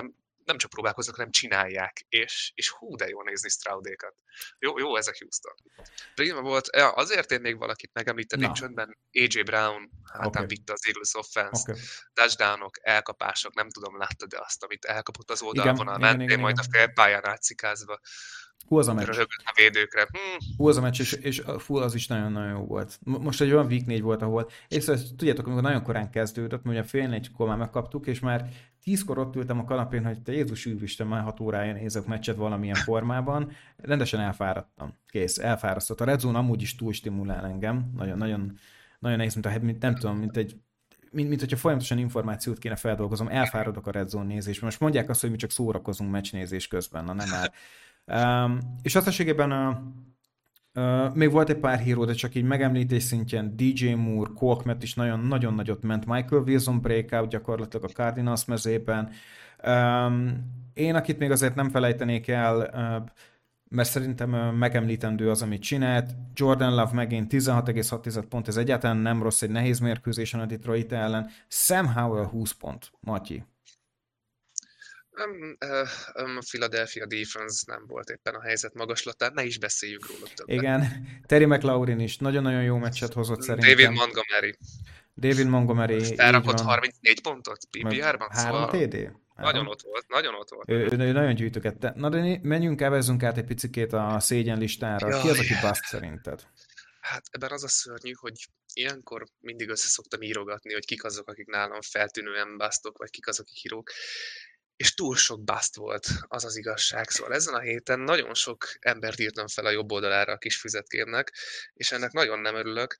nem csak próbálkoznak, hanem csinálják, és hú, de jó nézni Stroudékat. Jó ez a Houston. Prima volt, azért én még valakit megemlítenék csöndben, AJ Brown hátán vitte az Eagles offense, touchdownok, elkapások, nem tudom, láttad de azt, amit elkapott az oldalvonal mentén, majd a félpályán átszikázva. Hú, az a meccs. Röhögött a védőkre. Hú, az a meccs, és fú, az is nagyon-nagyon jó volt. Most egy olyan week 4 volt, ahol, és szóval, tudjátok, amikor nagyon korán kezdődött, ugye fél 4-kor már megkaptuk, és már 10-kor ott ültem a kanapén, hogy te Jézus Úristen, már 6 órája nézek meccset valamilyen formában, rendesen elfáradtam. Kész, elfárasztott. A Red Zone amúgy is túl stimulál engem, nagyon nehéz, nem tudom, mint hogyha folyamatosan információt kéne feldolgozom, elfáradok a Red Zone nézésben. Most mondják azt, hogy mi csak szórakozunk meccsnézés közben, na nem már. És összességében még volt egy pár híró, de csak így megemlítés szintjén DJ Moore, Colkmet is nagyon-nagyon nagyot ment, Michael Wilson breakout gyakorlatilag a Cardinals mezében. Én, akit még azért nem felejtenék el, mert szerintem megemlítendő az, amit csinált. Jordan Love megint 16,6 pont, ez egyáltalán nem rossz egy nehéz mérkőzésen a Detroit ellen. Sam Howell 20 pont, Matyi. A Philadelphia defense nem volt éppen a helyzet magaslatán, ne is beszéljünk róla többet. Igen, Terry McLaurin is nagyon-nagyon jó meccset hozott szerintem. David Montgomery. Felrakott 34 pontot PPR-ban. 3 TD? Nagyon ott volt. Ő nagyon gyűjtögette. Na de menjünk, evezzünk át egy picikét a szégyen listára. Ki az, aki bust szerinted? Hát ebben az a szörnyű, hogy ilyenkor mindig össze szoktam írogatni, hogy kik azok, akik nálam feltűnően bustok, vagy kik azok, akik hírók. És túl sok bust volt, az az igazság. Szóval ezen a héten nagyon sok embert írtam fel a jobb oldalára a kis füzetkérnek, és ennek nagyon nem örülök.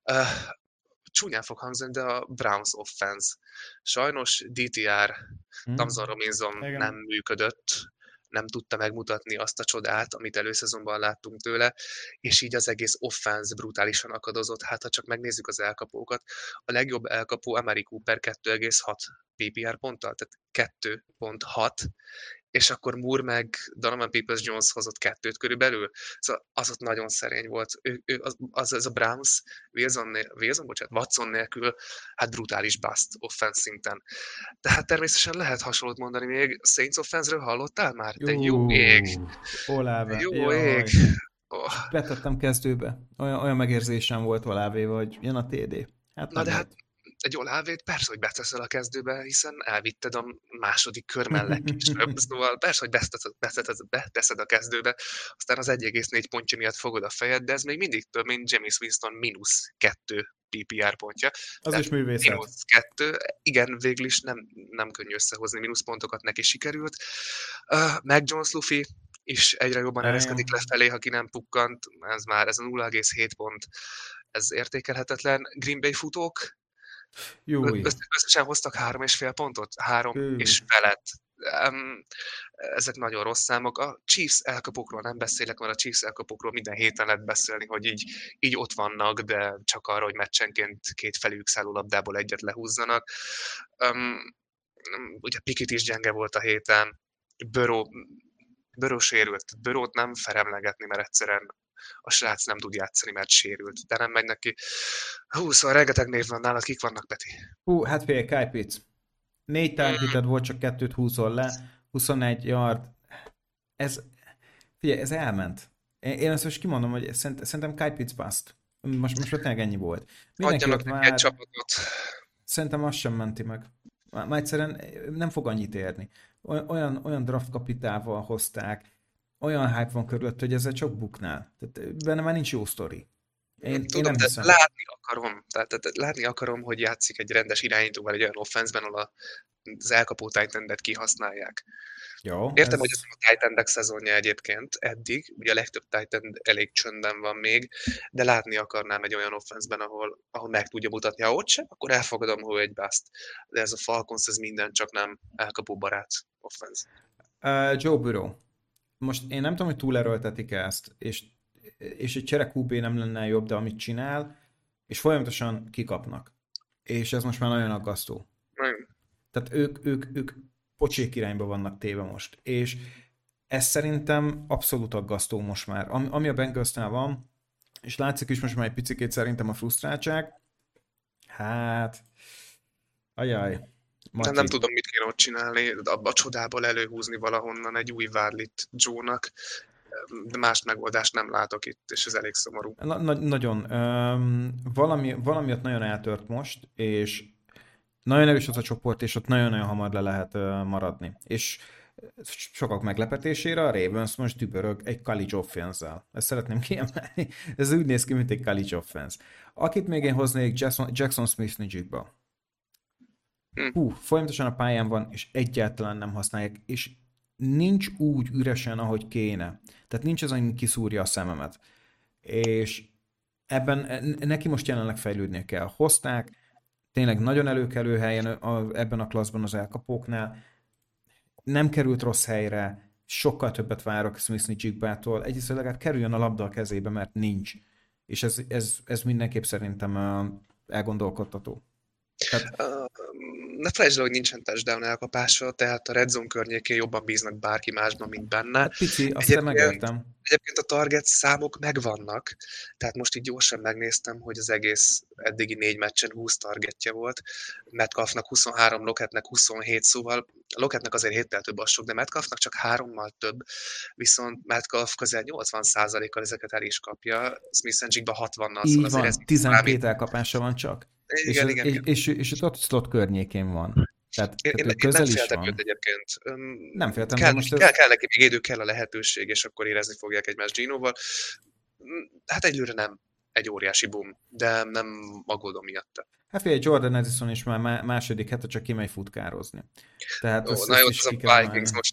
Csúnyán fog hangzani, de a Browns offense. Sajnos DTR, Thompson Robinson nem működött, nem tudta megmutatni azt a csodát, amit előszezonban láttunk tőle, és így az egész offense brutálisan akadozott. Hát, ha csak megnézzük az elkapókat, a legjobb elkapó Amari Cooper 2,6 PPR ponttal, tehát 2,6, és akkor Moore meg Donovan Peoples-Jones hozott 2 körülbelül. Szóval az ott nagyon szerény volt. Ez a Browns Watson nélkül, hát brutális bust offense szinten. Tehát természetesen lehet hasonlót mondani még. Saints offense-ről hallottál már? Te jó ég! Olave. Jó ég! Oh. Betettem kezdőbe. Olyan megérzésem volt Olavéval, hogy jön a TD. Na de hát egy Olávét persze, hogy beteszel a kezdőbe, hiszen elvitted a második kör mellett később. Szóval persze, hogy beteszed a kezdőbe, aztán az 1,4 pontja miatt fogod a fejed, de ez még mindig több, mint Jameis Winston -2 PPR pontja. Az is művészet. -2. Igen, végül is nem könnyű összehozni mínuszpontokat, neki sikerült. Mac Jones Luffy is egyre jobban ereszkedik lefelé, ha ki nem pukkant. Ez a 0,7 pont. Ez értékelhetetlen. Green Bay futók, összesen hoztak 3,5 pontot, 3 és felett. Ezek nagyon rossz számok. A Chiefs elkapókról nem beszélek, mert a Chiefs elkapókról minden héten lehet beszélni, hogy így ott vannak, de csak arra, hogy meccsenként 2 felük szálló labdából egyet lehúzzanak. Ugye Pickett is gyenge volt a héten, Burrow sérült. Burrowt nem felemlegetni, mert egyszerűen a srác nem tud játszani, mert sérült, de nem megy neki. Szóval rengeteg név van nálad, kik vannak, Peti? Hát fél, Kyle Pitts. 4 targeted volt, csak 2-t húzol le, 21 yard. Ez elment. Én ezt most kimondom, hogy szerintem Kyle Pitts bust. Most tényleg ennyi volt. Adjanak neki egy csapatot. Szerintem azt sem menti meg. Már egyszerűen nem fog annyit érni. Olyan draft kapitával hozták, olyan hype van körülött, hogy ezzel csak buknál. Tehát benne már nincs jó sztori. Én nem hiszem. Látni akarom, hogy játszik egy rendes irányítóval egy olyan offenszben, ahol az elkapó tight endet kihasználják. Jó, értem, hogy ez a tight endek szezonja egyébként eddig, ugye a legtöbb tight end elég csöndben van még, de látni akarnám egy olyan offenszben, ahol meg tudja mutatni, ha ott sem, akkor elfogadom, hogy egy bust. De ez a Falcons, ez minden csak nem elkapó barát offensz. Joe Burrow. Most én nem tudom, hogy túlerőltetik ezt, és egy csere QB nem lenne jobb, de amit csinál, és folyamatosan kikapnak. És ez most már nagyon aggasztó. Tehát ők pocsék irányba vannak téve most. És ez szerintem abszolút aggasztó most már. Ami a Bengalsnál van, és látszik is most már egy picikét szerintem a frusztráltság, hát ajaj. Nem Matyi. tudom, mit kéne ott csinálni, a csodából előhúzni valahonnan egy új vádlit Joe-nak, de más megoldást nem látok itt, és ez elég szomorú. Nagyon. Valami ott nagyon eltört most, és nagyon erős az a csoport, és ott nagyon-nagyon hamar le lehet maradni. És sokak meglepetésére a Ravens most dübörög egy college offense-zel. Ezt szeretném kiemelni. Ez úgy néz ki, mint egy college offense. Akit még én hoznék, Jackson Smith Nijigba. Hm. Folyamatosan a pályán van, és egyáltalán nem használják, és nincs úgy üresen, ahogy kéne. Tehát nincs az, ami kiszúrja a szememet. És ebben neki most jelenleg fejlődnie kell. Hozták, tényleg nagyon előkelő helyen ebben a klasszban az elkapóknál, nem került rossz helyre, sokkal többet várok Smith Njigbától, egyrészt legalább kerüljön a labda a kezébe, mert nincs. És ez mindenképp szerintem elgondolkodtató. Tehát, Ne felejtsd el, hogy nincsen touchdown elkapása, tehát a red zone környékén jobban bíznak bárki másban, mint benne. hát pici, azt megértem. Egyébként a target számok megvannak, tehát most így gyorsan megnéztem, hogy az egész eddigi 4 meccsen 20 targetje volt, Metcalfnak 23, Lockettnek 27, szóval Lockettnek azért 7-tel több az sok, de Metcalfnak csak 3-mal több, viszont Metcalf közel 80%-kal ezeket el is kapja, Smith Njigba 60-nal, szóval Így azért ez van, 12 elkapása van csak. igen. És ott slot környékén van. Tehát Én közel nem is féltem őt van. egyébként. Nem féltem, de Kell, most kell, ez... kell neki még idő, kell a lehetőség, és akkor érezni fogják egymást Ginoval. Hát egyelőre nem egy óriási boom, de nem aggódom miatta. Hát figyelj, Jordan Addison is már második hete csak kimegy futkározni. Tehát Ó, ezt, na jó, is ez ki a kell Vikings emelni. most,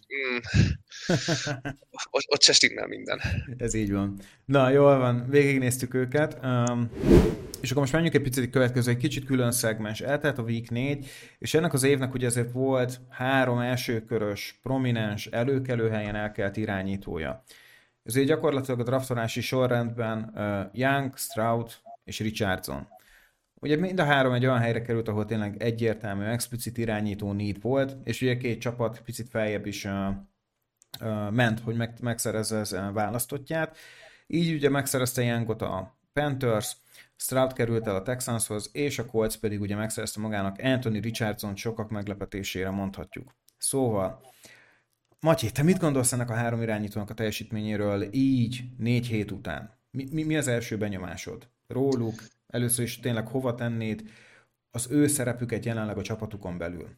ott se stimmel minden. Ez így van. Na, jól van, végignéztük őket. És akkor most menjünk egy picit következő, egy kicsit külön szegmens. Eltelt a Week 4, és ennek az évnek ugye azért volt 3 elsőkörös, prominens, előkelő helyen elkelt irányítója. Ezért gyakorlatilag a draftolási sorrendben Young, Stroud és Richardson. Ugye mind a 3 egy olyan helyre került, ahol tényleg egyértelmű, explicit irányító need volt, és ugye 2 csapat picit feljebb is ment, hogy megszerezze az választottját. Így ugye megszerezte Youngot a Panthers, Stroud került el a Texanshoz, és a Colts pedig ugye megszerezte magának Anthony Richardson sokak meglepetésére mondhatjuk. Szóval, Matyi, te mit gondolsz ennek a 3 irányítónak a teljesítményéről így 4 hét után? Mi az első benyomásod róluk? Először is tényleg hova tennéd az ő szerepüket jelenleg a csapatukon belül?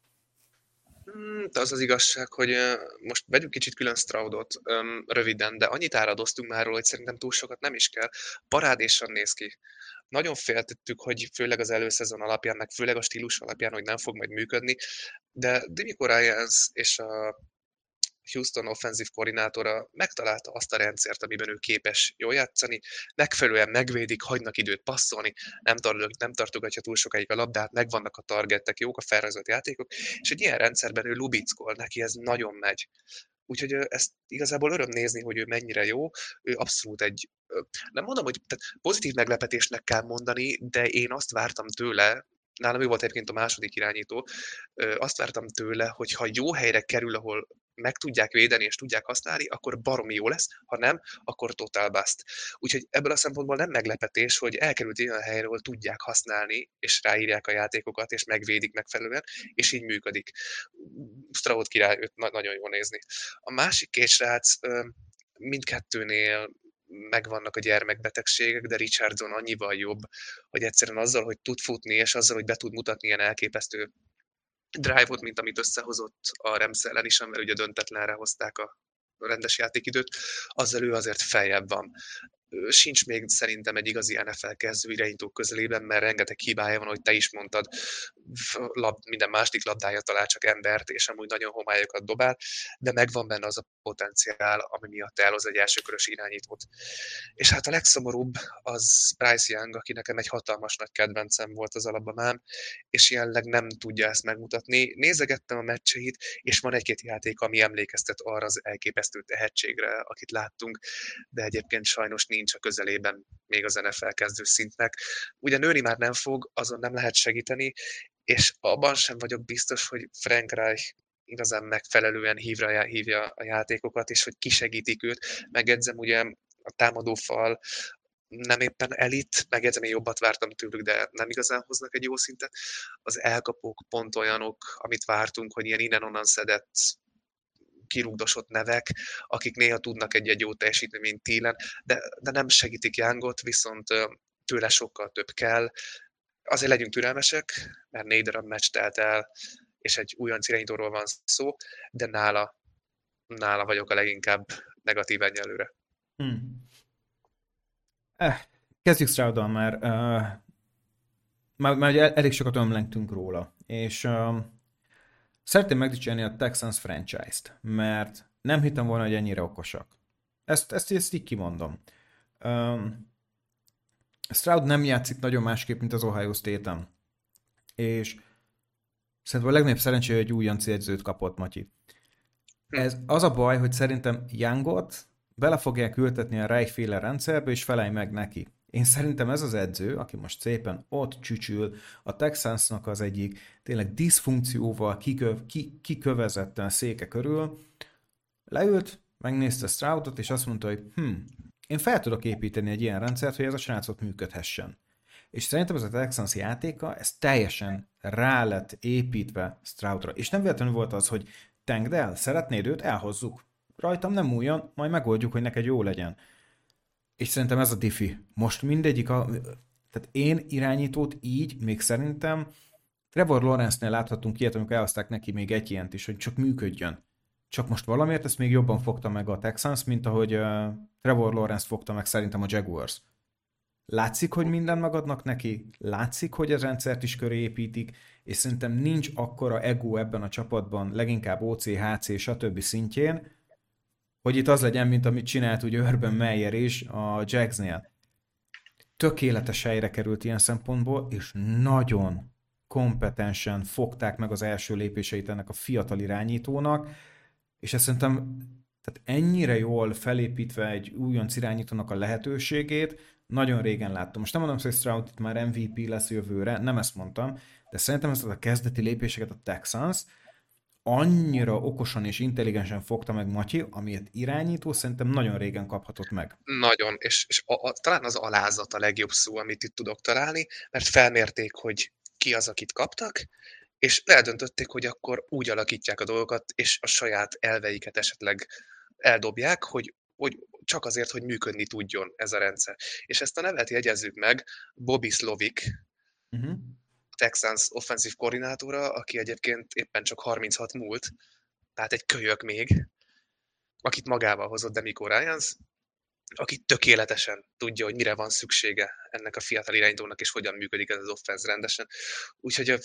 De az az igazság, hogy most vegyük kicsit külön Stroudot röviden, de annyit áradoztunk már róla, hogy szerintem túl sokat nem is kell. Parádésan néz ki. Nagyon féltettük, hogy főleg az előszezon alapján, meg főleg a stílus alapján, hogy nem fog majd működni, de Dimico Ryans és a Houston offenzív koordinátora megtalálta azt a rendszert, amiben ő képes jól játszani, megfelelően megvédik, hagynak időt passzolni, nem tartogatja túl sokáig a labdát, megvannak a targettek, jók a felrajzolt játékok, és egy ilyen rendszerben ő lubickol, neki ez nagyon megy. Úgyhogy ezt igazából öröm nézni, hogy ő mennyire jó, ő abszolút nem mondom, hogy tehát pozitív meglepetésnek kell mondani, de én azt vártam tőle, nálam ő volt egyébként a második irányító, azt vártam tőle, hogy ha jó helyre kerül, ahol meg tudják védeni és tudják használni, akkor baromi jó lesz, ha nem, akkor total bust. Úgyhogy ebből a szempontból nem meglepetés, hogy elkerült olyan helyre, ahol tudják használni, és ráírják a játékokat, és megvédik megfelelően, és így működik. Stroud király, őt nagyon jól nézni. A másik 2 srác mindkettőnél megvannak a gyermekbetegségek, de Richardson annyival jobb, hogy egyszerűen azzal, hogy tud futni, és azzal, hogy be tud mutatni ilyen elképesztő drive-ot, mint amit összehozott a Rams ellen is, amivel ugye döntetlenre hozták a rendes játékidőt, azzal ő azért feljebb van. Sincs még szerintem egy igazi NFL kezdő irányító közelében, mert rengeteg hibája van, hogy te is mondtad, minden második labdája talál csak embert, és amúgy nagyon homályokat dobál, de megvan benne az a potenciál, ami miatt elhoz egy elsőkörös irányítót. És hát a legszomorúbb az Bryce Young, aki nekem egy hatalmas nagy kedvencem volt az alapban, és jelenleg nem tudja ezt megmutatni. Nézegettem a meccseit, és van egy-két játék, ami emlékeztet arra az elképesztő tehetségre, akit láttunk, de egyébként sajnos nincs a közelében még az NFL kezdő szintnek. Ugye nőni már nem fog, azon nem lehet segíteni, és abban sem vagyok biztos, hogy Frank Reich igazán megfelelően hívja a játékokat, és hogy kisegítik őt. Megjegyzem, ugye a támadófal nem éppen elit, megjegyzem, én jobbat vártam tőlük, de nem igazán hoznak egy jó szintet. Az elkapók pont olyanok, amit vártunk, hogy ilyen innen-onnan szedett kirúgdosott nevek, akik néha tudnak egy jó teljesíteni, mint Thielen, de nem segítik Youngot, viszont tőle sokkal több kell. Azért legyünk türelmesek, mert 4 darab meccs telt el, és egy újonc irányítóról van szó, de nála vagyok a leginkább negatív egyelőre. Hmm. Kezdjük Stroud-dal, mert már elég sokat ömlengtünk róla, és szeretném megdicsérni a Texans franchise-t, mert nem hittem volna, hogy ennyire okosak. Ezt így kimondom. Stroud nem játszik nagyon másképp, mint az Ohio State-en. És szerintem a legnagyobb szerencséje, hogy egy újonc edzőt kapott, Matyi. Ez az a baj, hogy szerintem Youngot bele fogják ültetni a Reich-féle rendszerbe, és felelj meg neki. Én szerintem ez az edző, aki most szépen ott csücsül, a Texansnak az egyik tényleg diszfunkcióval kikövezetten széke körül, leült, megnézte Stroudot, és azt mondta, hogy én fel tudok építeni egy ilyen rendszert, hogy ez a srácot működhessen. És szerintem ez a Texans játéka, ez teljesen rá lett építve Stroudra. És nem véletlenül volt az, hogy tengd el, szeretnéd őt, elhozzuk. Rajtam nem múljon, majd megoldjuk, hogy neked jó legyen. És szerintem ez a diffi. Most mindegyik tehát én irányítót így, még szerintem Trevor Lawrence-nél láthatunk ilyet, amikor elhozták neki még egy ilyent is, hogy csak működjön. Csak most valamiért ezt még jobban fogta meg a Texans, mint ahogy Trevor Lawrence fogta meg szerintem a Jaguars. Látszik, hogy mindent megadnak neki, látszik, hogy a rendszert is köré építik, és szerintem nincs akkora ego ebben a csapatban, leginkább OC, HC, stb. Szintjén, hogy itt az legyen, mint amit csinált ugye Urban Meyer is a Jagsnél. Tökéletes helyre került ilyen szempontból, és nagyon kompetensen fogták meg az első lépéseit ennek a fiatal irányítónak, és ezt szerintem tehát ennyire jól felépítve egy újonc irányítónak a lehetőségét, nagyon régen láttam. Most nem mondom, hogy Stroud itt már MVP lesz jövőre, nem ezt mondtam, de szerintem ezt a kezdeti lépéseket a Texans annyira okosan és intelligensen fogta meg Matyi, amilyet irányító szerintem nagyon régen kaphatott meg. Nagyon, és talán az alázat a legjobb szó, amit itt tudok találni, mert felmérték, hogy ki az, akit kaptak, és eldöntötték, hogy akkor úgy alakítják a dolgokat, és a saját elveiket esetleg eldobják, hogy csak azért, hogy működni tudjon ez a rendszer. És ezt a nevet jegyezzük meg, Bobby Slovic, Texans offenzív koordinátora, aki egyébként éppen csak 36 múlt, tehát egy kölyök még, akit magával hozott Demico Ryans, aki tökéletesen tudja, hogy mire van szüksége ennek a fiatal irányítónak, és hogyan működik ez az offense rendesen. Úgyhogy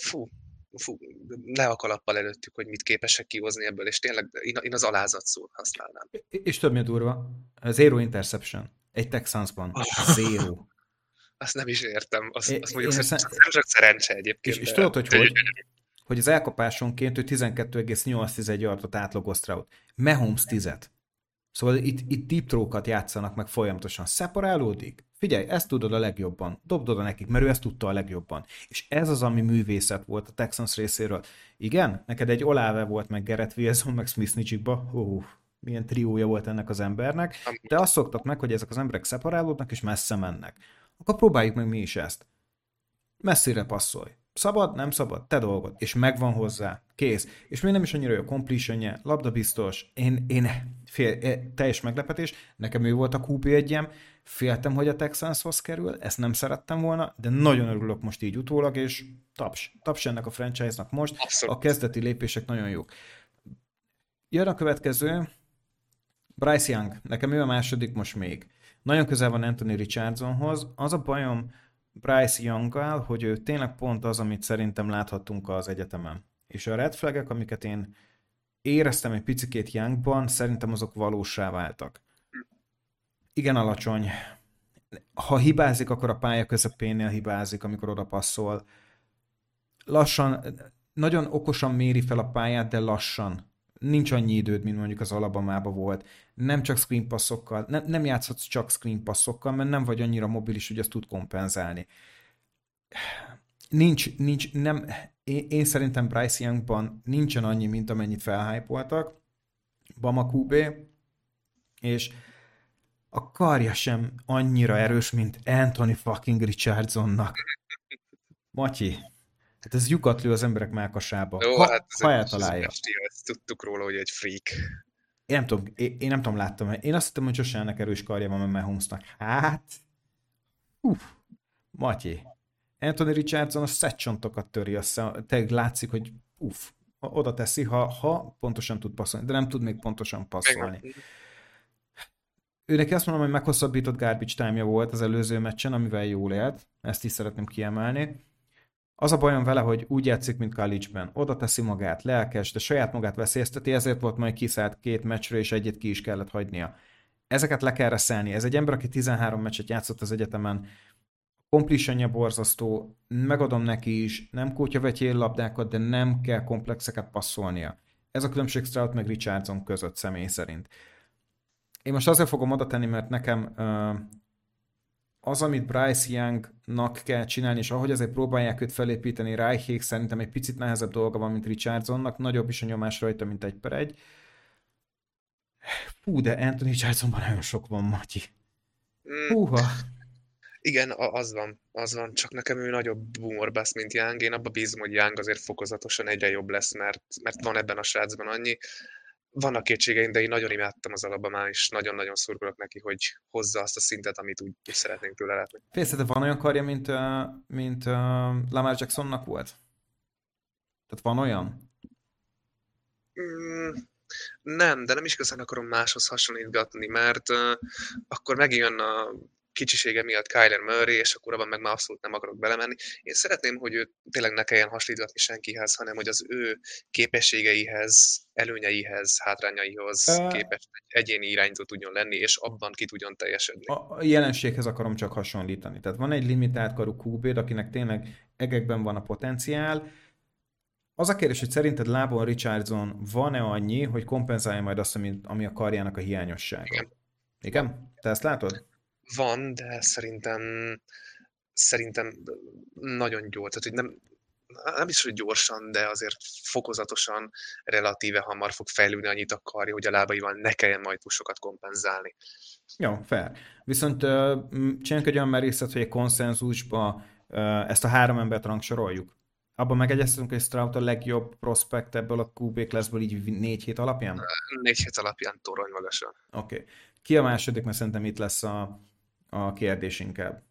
le a kalappal előttük, hogy mit képesek kihozni ebből, és tényleg én az alázat szót használnám. És többnyire durva, zero interception. Egy Texansban. Zero. Azt nem is értem. Azt mondjuk, nem csak szerencse egyébként. És tudod, hogy az elkapásonként ő 12,8 yardot átlagol Stroud. Mahomes 10-et. Szóval itt deep throw-kat játszanak meg folyamatosan. Szeparálódik? Figyelj, ezt tudod a legjobban. Dobd oda nekik, mert ő ezt tudta a legjobban. És ez az, ami művészet volt a Texans részéről. Igen, neked egy Olave volt, meg Garrett Wilson, meg Smith Nijigba. Milyen triója volt ennek az embernek. De azt szoktak meg, hogy ezek az emberek szeparálódnak, és messze mennek. Akkor próbáljuk meg mi is ezt. Messzire passzolj. Szabad, nem szabad, te dolgod. És megvan hozzá. Kész. És még nem is annyira jó completionje, labdabiztos. Teljes meglepetés. Nekem ő volt a QB1-em. Féltem, hogy a Texanshoz kerül. Ezt nem szerettem volna, de nagyon örülök most így utólag, és taps ennek a franchise-nak most. Abszolút. A kezdeti lépések nagyon jók. Jön a következő. Bryce Young. Nekem ő a második most még. Nagyon közel van Anthony Richardsonhoz. Az a bajom Bryce Younggal, hogy ő tényleg pont az, amit szerintem láthattunk az egyetemen. És a red flagek, amiket én éreztem egy picikét Youngban, szerintem azok valósá váltak. Igen alacsony. Ha hibázik, akkor a pálya közepénél hibázik, amikor oda passzol. Lassan, nagyon okosan méri fel a pályát, de lassan. Nincs annyi időd, mint mondjuk az Alabamában volt. Nem csak screen passzokkal, nem játszhatsz csak screen passzokkal, mert nem vagy annyira mobilis, hogy ezt tud kompenzálni. Én szerintem Bryce Youngban nincsen annyi, mint amennyit felhypoltak. Bama QB, és A karja sem annyira erős, mint Anthony fucking Richardsonnak. Matyi, hát ez lyukat lő az emberek mellkasába, Jó, hát ha ez egy eltalálja. bestia, ezt tudtuk róla, hogy egy freak. Én nem tudom, én nem tudom, láttam. Én azt hittem, hogy sose ennek erős karja van, mert Mahomesnak. Hát, uff, Matyi. Anthony Richardson a szedcsontokat töri össze. Tényleg látszik, hogy uff, oda teszi, ha pontosan tud passzolni, de nem tud még pontosan Meg nem. passzolni. Ő neki azt mondom, hogy meghosszabbított garbage time-ja volt az előző meccsen, amivel jól élt. Ezt is szeretném kiemelni. Az a bajom vele, hogy úgy játszik, mint college-ben. Oda teszi magát, lelkes, de saját magát veszélyezteti, ezért volt majd kiszállt 2 meccsre, és egyet ki is kellett hagynia. Ezeket le kell reszelni. Ez egy ember, aki 13 meccset játszott az egyetemen, completionja borzasztó, megadom neki is, nem kótyavetyél labdákat, de nem kell komplexeket passzolnia. Ez a különbség Stroud meg Richardson között személy szerint. Én most azért fogom oda tenni, mert nekem az, amit Bryce Youngnak kell csinálni, és ahogy azért próbálják őt felépíteni, Reichig szerintem egy picit nehezebb dolga van, mint Richardsonnak, nagyobb is a nyomás rajta, mint 1/1. Fú, de Anthony Richardsonban nagyon sok van, Matyi. Mm, Húha. igen, az van, csak nekem ő nagyobb boomerbass, mint Young. Én abba bízom, hogy Young azért fokozatosan egyre jobb lesz, mert van ebben a srácban annyi. Vannak kétségeim, de én nagyon imádtam az Alabamán, és nagyon-nagyon szurkolok neki, hogy hozza azt a szintet, amit úgy szeretnénk tőle látni. Félszete van olyan karja, mint Lamar Jacksonnak volt? Tehát van olyan? Mm, nem, de nem is igazán akarom máshoz hasonlítgatni, mert akkor megjön a kicsisége miatt Kyler Murray, és akkor abban meg már abszolút nem akarok belemenni. Én szeretném, hogy ő tényleg ne kelljen hasonlítgatni senkihez, hanem hogy az ő képességeihez, előnyeihez, hátrányaihoz Ö, képest egy egyéni irányító tudjon lenni, és abban ki tudjon teljesedni. a jelenséghez akarom csak hasonlítani. Tehát van egy limitált karú QB-d, akinek tényleg egekben van a potenciál. Az a kérdés, hogy szerinted lábon Richardson van-e annyi, hogy kompenzálja majd azt, ami a karjának a hiányossága? Igen, van. Igen? Te ezt látod? Van, de szerintem nagyon gyors, tehát hogy nem is, hogy gyorsan, de azért fokozatosan, relatíve hamar fog fejlődni, annyit akarja, hogy a lábaival ne kelljen majd pusokat kompenzálni. Jó, fair. Viszont csináljunk egy olyan merészet, hogy egy konszenzusba ezt a 3 embert rangsoroljuk. Abban megegyeztünk, hogy Stroud a legjobb prospekt ebből a QB classból így 4 hét alapján? 4 hét alapján torony magasan. Oké. Okay. Ki a második, mert szerintem itt lesz a kérdés inkább.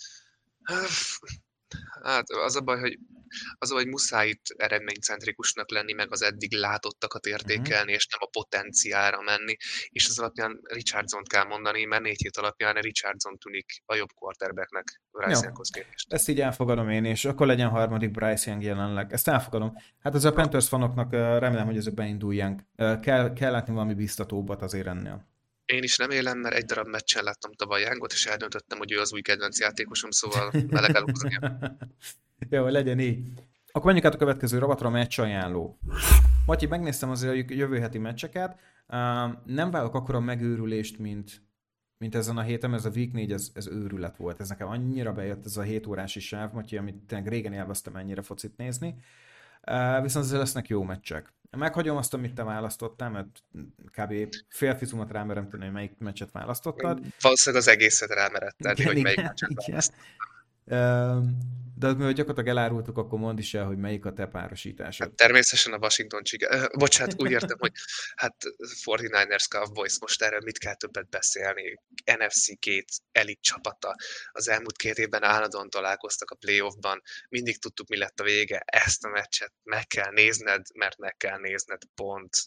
Hát az a baj, hogy muszáj itt eredménycentrikusnak lenni, meg az eddig látottakat értékelni, és nem a potenciára menni, és az alapján Richardson-t kell mondani, mert 4 hét alapján Richardson tűnik a jobb quarterbacknek Jó, Bryce Younghoz képest. ezt így elfogadom én, és akkor legyen harmadik Bryce Young jelenleg. Ezt elfogadom. Hát az a Panthers fanoknak remélem, hogy ezek beindulják. Kell látni valami biztatóbbat azért ennél. Én is remélem, mert egy darab meccsen láttam tavaly Youngot, és eldöntöttem, hogy ő az új kedvenc játékosom, szóval vele kell húznia. Jó, legyen így. Akkor menjünk át a következő rovatra, a meccs ajánló. Matyi, megnéztem azért a jövő heti meccseket. Nem válok akkora megőrülést, mint ezen a héten, ez a Week 4, ez őrület volt. Ez nekem annyira bejött ez a 7 órási sáv, Matyi, amit tényleg régen élveztem ennyire focit nézni. Viszont azért lesznek jó meccsek. Meghagyom azt, amit te választottál, mert kb. Félfizumat rámerem tenni, hogy melyik meccset választottad. Valószínűleg az egészet rámeredted, hogy melyik meccset igen. választ. De mivel gyakorlatilag elárultuk, akkor mondd is el, hogy melyik a te párosításod. Hát természetesen a Washington bocsánat, úgy értem, hogy hát 49ers Cowboys, most erről mit kell többet beszélni. NFC 2 elit csapata. Az elmúlt 2 évben állandóan találkoztak a playoffban. Mindig tudtuk, mi lett a vége. Ezt a meccset meg kell nézned, mert meg kell nézned, pont.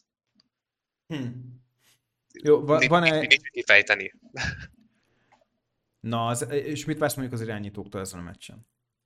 Jó, van-e... Nincs kifejteni. Na, és mit vársz mondjuk az irányítóktól ezen a meccsen?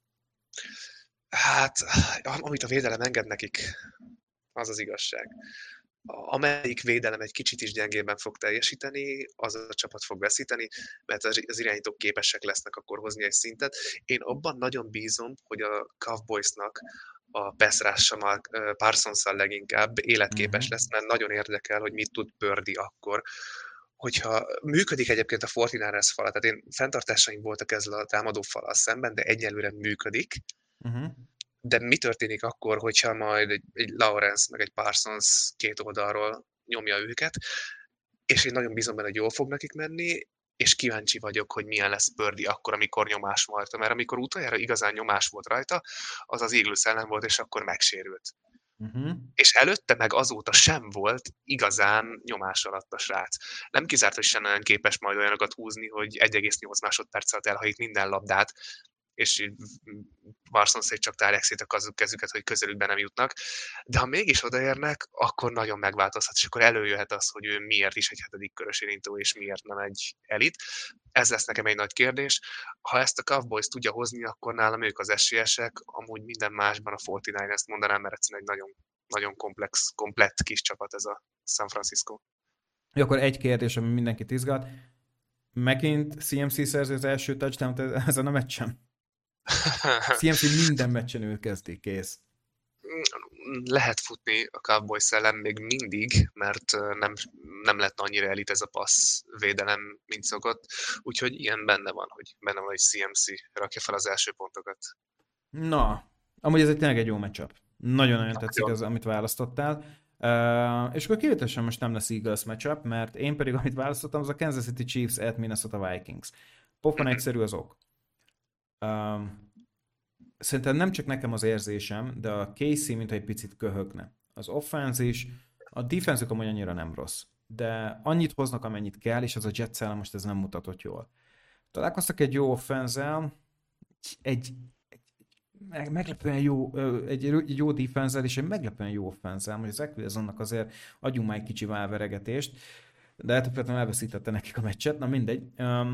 Hát, amit a védelem enged nekik, az az igazság. Amelyik védelem egy kicsit is gyengében fog teljesíteni, az a csapat fog veszíteni, mert az irányítók képesek lesznek akkor hozni egy szintet. Én abban nagyon bízom, hogy a Cowboysnak a pass Parsons-szal leginkább életképes lesz, mert nagyon érdekel, hogy mit tud Purdy akkor, hogyha működik egyébként a 49ers fala, tehát én fenntartásaim voltak ezzel a támadó falal szemben, de egyelőre működik. De mi történik akkor, hogyha majd egy Lawrence meg egy Parsons két oldalról nyomja őket, és én nagyon bízom benne, hogy jól fog nekik menni, és kíváncsi vagyok, hogy milyen lesz Purdy akkor, amikor nyomás volt. Mert amikor utoljára igazán nyomás volt rajta, az az Eagles ellen volt, és akkor megsérült. Uh-huh. És előtte meg azóta sem volt igazán nyomás alatt a srác. Nem kizárt, hogy sem nagyon képes majd olyanokat húzni, hogy 1,8 másodperc alatt elhajít minden labdát, és Parsons csak tárják szét a kezüket, hogy közelükbe nem jutnak. De ha mégis odaérnek, akkor nagyon megváltozhat, és akkor előjöhet az, hogy ő miért is egy 7. körös irányító, és miért nem egy elit. Ez lesz nekem egy nagy kérdés. Ha ezt a Cowboys tudja hozni, akkor nálam ők az esélyesek, amúgy minden másban a 49 ezt mondanám, mert egyszerűen egy nagyon, nagyon komplett kis csapat ez a San Francisco. Jó, akkor egy kérdés, ami mindenkit izgat. Megint CMC szerzi az első touchdown-t ezen a meccsen? CMC minden meccsen ő kezdi, kész. Lehet futni a Cowboys ellen még mindig, mert nem lett annyira elit ez a passz védelem, mint szokott. Úgyhogy ilyen benne van, hogy CMC rakja fel az első pontokat. Na, amúgy ez tényleg egy jó matchup. Nagyon-nagyon tetszik az, amit választottál. És akkor kivételesen most nem lesz Eagles matchup, mert én pedig, amit választottam, az a Kansas City Chiefs at Minnesota Vikings. Pofon egyszerű az ok. Szerintem nem csak nekem az érzésem, de a KC mintha egy picit köhögne. Az offense is, a defense-ük amúgy annyira nem rossz, de annyit hoznak, amennyit kell, és az a Jets ellen most ez nem mutatott jól. Találkoztak egy jó offense-el, egy meglepően jó, egy jó defense-el, és egy meglepően jó offense-el, hogy az Equilizonnak azért adjunk már egy kicsi válveregetést, de eltökéletlenül elveszítette nekik a meccset, na mindegy.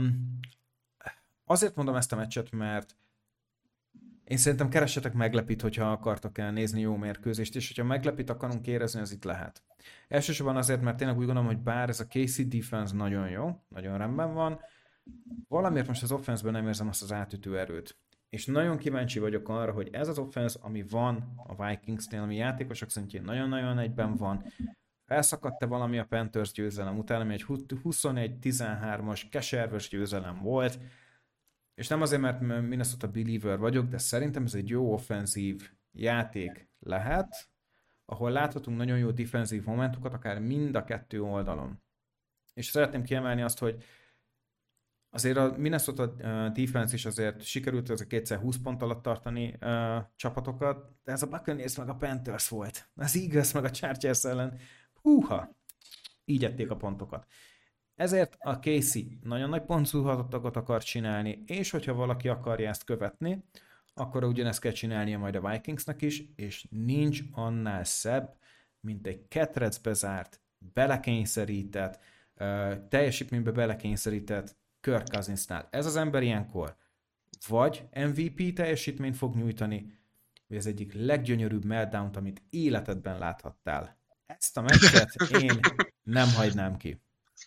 Azért mondom ezt a meccset, mert én szerintem keressetek meglepít, hogyha akartok nézni jó mérkőzést, és hogyha meglepít akarunk érezni, az itt lehet. Elsősorban azért, mert tényleg úgy gondolom, hogy bár ez a KC defense nagyon jó, nagyon rendben van, valamiért most az offense-ben nem érzem azt az átütő erőt. És nagyon kíváncsi vagyok arra, hogy ez az offense, ami van a Vikingsnél, ami játékosok szintjén nagyon-nagyon egyben van, felszakadt-e valami a Panthers győzelem után, ami egy 21-13-as keserves győzelem volt, és nem azért, mert Minnesota believer vagyok, de szerintem ez egy jó offenzív játék lehet, ahol láthatunk nagyon jó defenzív momentumokat, akár mind a kettő oldalon. És szeretném kiemelni azt, hogy azért a Minnesota defense is azért sikerült ezek kétszer 20 pont alatt tartani csapatokat, de ez a Buccaneers meg a Panthers volt. Az Eagles meg a Chargers ellen, húha, így ették a pontokat. Ezért a Casey nagyon nagy pontszúrhatottakat akar csinálni, és hogyha valaki akarja ezt követni, akkor ugyanezt kell csinálnia majd a Vikingsnak is, és nincs annál szebb, mint egy ketrecbe zárt, belekényszerített, teljesítménybe belekényszerített Kirk Cousinsnál. Ez az ember ilyenkor vagy MVP teljesítményt fog nyújtani, vagy az egyik leggyönyörűbb meltdown-t, amit életedben láthattál. Ezt a meccset én nem hagynám ki.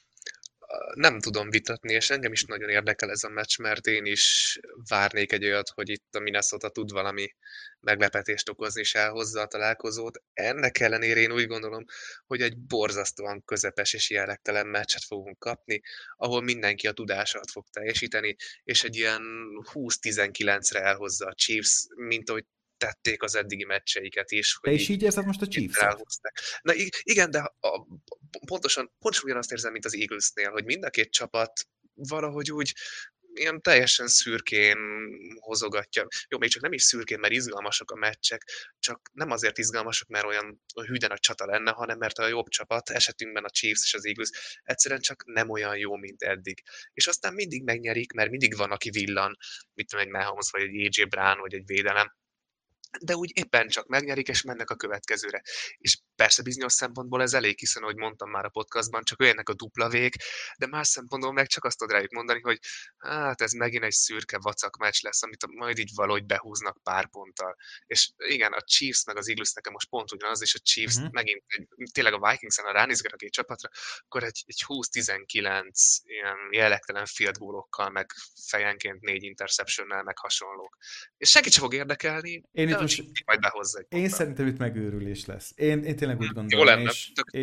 Nem tudom vitatni, és engem is nagyon érdekel ez a meccs, mert én is várnék egy olyat, hogy itt a Minnesota tud valami meglepetést okozni, és elhozza a találkozót. Ennek ellenére én úgy gondolom, hogy egy borzasztóan közepes és jellegtelen meccset fogunk kapni, ahol mindenki a tudását fog teljesíteni, és egy ilyen 20-19-re elhozza a Chiefs, mint ahogy tették az eddigi meccseiket is. Te is így érzed most a Chiefs-et? Na igen, de pontosan ugyanazt érzem, mint az Eaglesnél, hogy mind a két csapat valahogy úgy ilyen teljesen szürkén hozogatja. Jó, még csak nem is szürkén, mert izgalmasak a meccsek, csak nem azért izgalmasak, mert olyan hűden a csata lenne, hanem mert a jobb csapat, esetünkben a Chiefs és az Eagles egyszerűen csak nem olyan jó, mint eddig. És aztán mindig megnyerik, mert mindig van, aki villan, mit tudom, egy Mahomes, vagy egy AJ Brown, vagy egy védelem, de úgy éppen csak megnyerik, és mennek a következőre. És persze bizonyos szempontból ez elég, hiszen, ahogy mondtam már a podcastban, csak olyannak a dupla vég, de más szempontból meg csak azt tud rájuk mondani, hogy hát ez megint egy szürke vacak meccs lesz, amit majd így valahogy behúznak pár ponttal. És igen, a Chiefs meg az Eagles nekem most pont ugyanaz, és a Chiefs megint tényleg a Vikings-en, a ránézget a két csapatra, akkor egy 20-19 ilyen jellegtelen field goal-okkal, meg fejenként 4 interceptionnel, meg hasonlók. És senki sem fog érdekelni, most majd behozza egy én szerintem itt megőrülés lesz. Én tényleg úgy gondolom. Jó lenne,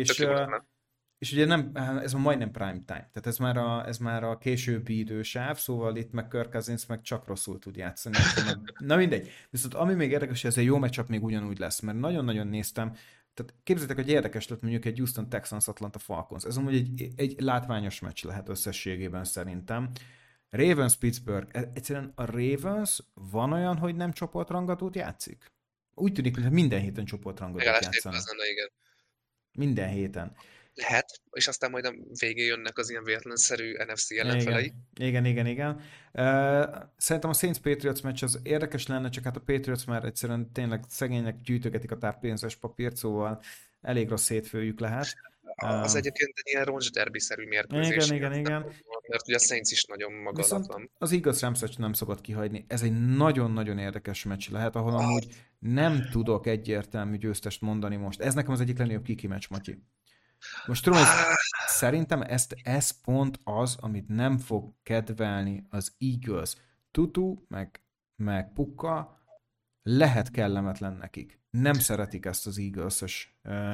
és ugye nem, ez már majdnem prime time, tehát ez már a későbbi idősáv, szóval itt meg Kirk Cousins meg csak rosszul tud játszani. Na mindegy. Viszont ami még érdekes, hogy ez egy jó matchup még ugyanúgy lesz, mert nagyon-nagyon néztem, Tehát képzeljétek, hogy érdekes lett mondjuk egy Houston Texans Atlanta Falcons. Ez amúgy egy látványos meccs lehet összességében szerintem. Ravens Pittsburgh. Egyszerűen a Ravens van olyan, hogy nem csoportrangadót játszik? Úgy tűnik, mintha minden héten csoportrangadót Legalább tétben az játszanak. lenne, igen. Minden héten. Lehet, és aztán majd a végén jönnek az ilyen véletlenszerű NFC ellenfelei. Igen. Szerintem a Saints Patriots meccs az érdekes lenne, csak hát a Patriots már egyszerűen tényleg szegények gyűjtögetik a táppénzes papírt, szóval elég rossz hétfőjük lehet. Az Uh, egyébként egy ilyen roncsderbi-szerű mérkőzés. igen. Mert ugye a Saints is nagyon magadat Viszont van. az igaz Rams nem szabad kihagyni. Ez egy nagyon-nagyon érdekes meccs lehet, ahol amúgy nem tudok egyértelmű győztest mondani most. Ez nekem az egyik legnagyobb kiki meccs, Matyi. Most tudom, hogy szerintem ez pont az, amit nem fog kedvelni az Eagles. Tutu, meg Pukka lehet kellemetlen nekik. Nem szeretik ezt az Eagles-ös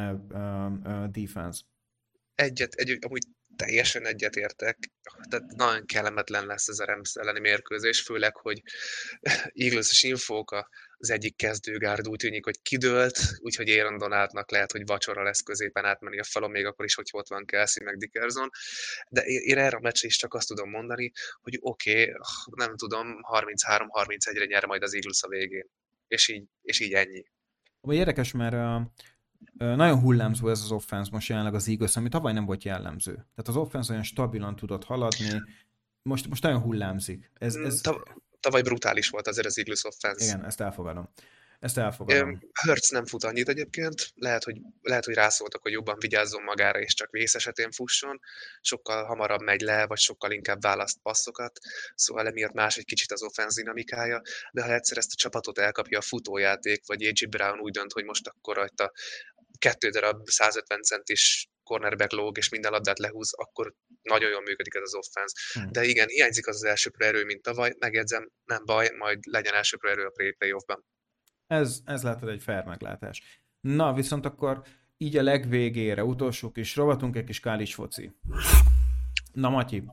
defense. Amúgy teljesen egyetértek. Tehát nagyon kellemetlen lesz ez a Rams elleni mérkőzés, főleg, hogy Eagles-es infók az egyik kezdőgárd úgy tűnik, hogy kidőlt, úgyhogy Aaron Donaldnak lehet, hogy vacsora lesz középen átmenni a falon, még akkor is, hogy ott van Kelsey meg Dickerson. De én erre a meccsre is csak azt tudom mondani, hogy oké, nem tudom, 33-31-re nyer majd az Eagles a végén. És így ennyi. Ami érdekes, mert nagyon hullámzó ez az offense most jelenleg az Eagles, ami tavaly nem volt jellemző. Tehát az offense olyan stabilan tudott haladni, most nagyon hullámzik. Tavaly brutális volt azért az Eagles offense. Igen, ezt elfogadom. Hurts nem fut annyit egyébként, lehet, hogy rászóltak, hogy jobban vigyázzon magára, és csak vész esetén fusson, sokkal hamarabb megy le, vagy sokkal inkább választ passzokat, szóval emiatt más egy kicsit az offense dinamikája, de ha egyszer ezt a csapatot elkapja a futójáték, vagy A.J. Brown úgy dönt, hogy most akkor rajta 2 darab 150 centis cornerback lóg, és minden labdát lehúz, akkor nagyon jól működik ez az offense. De igen, hiányzik az elsőprő erő, mint tavaly, megjegyzem, nem baj, majd legyen elsőprő erő a playoffban. Ez lehet egy fair meglátás. Na, viszont akkor így a legvégére, utolsó kis rovatunk, egy kis kális foci. Na, Matyi,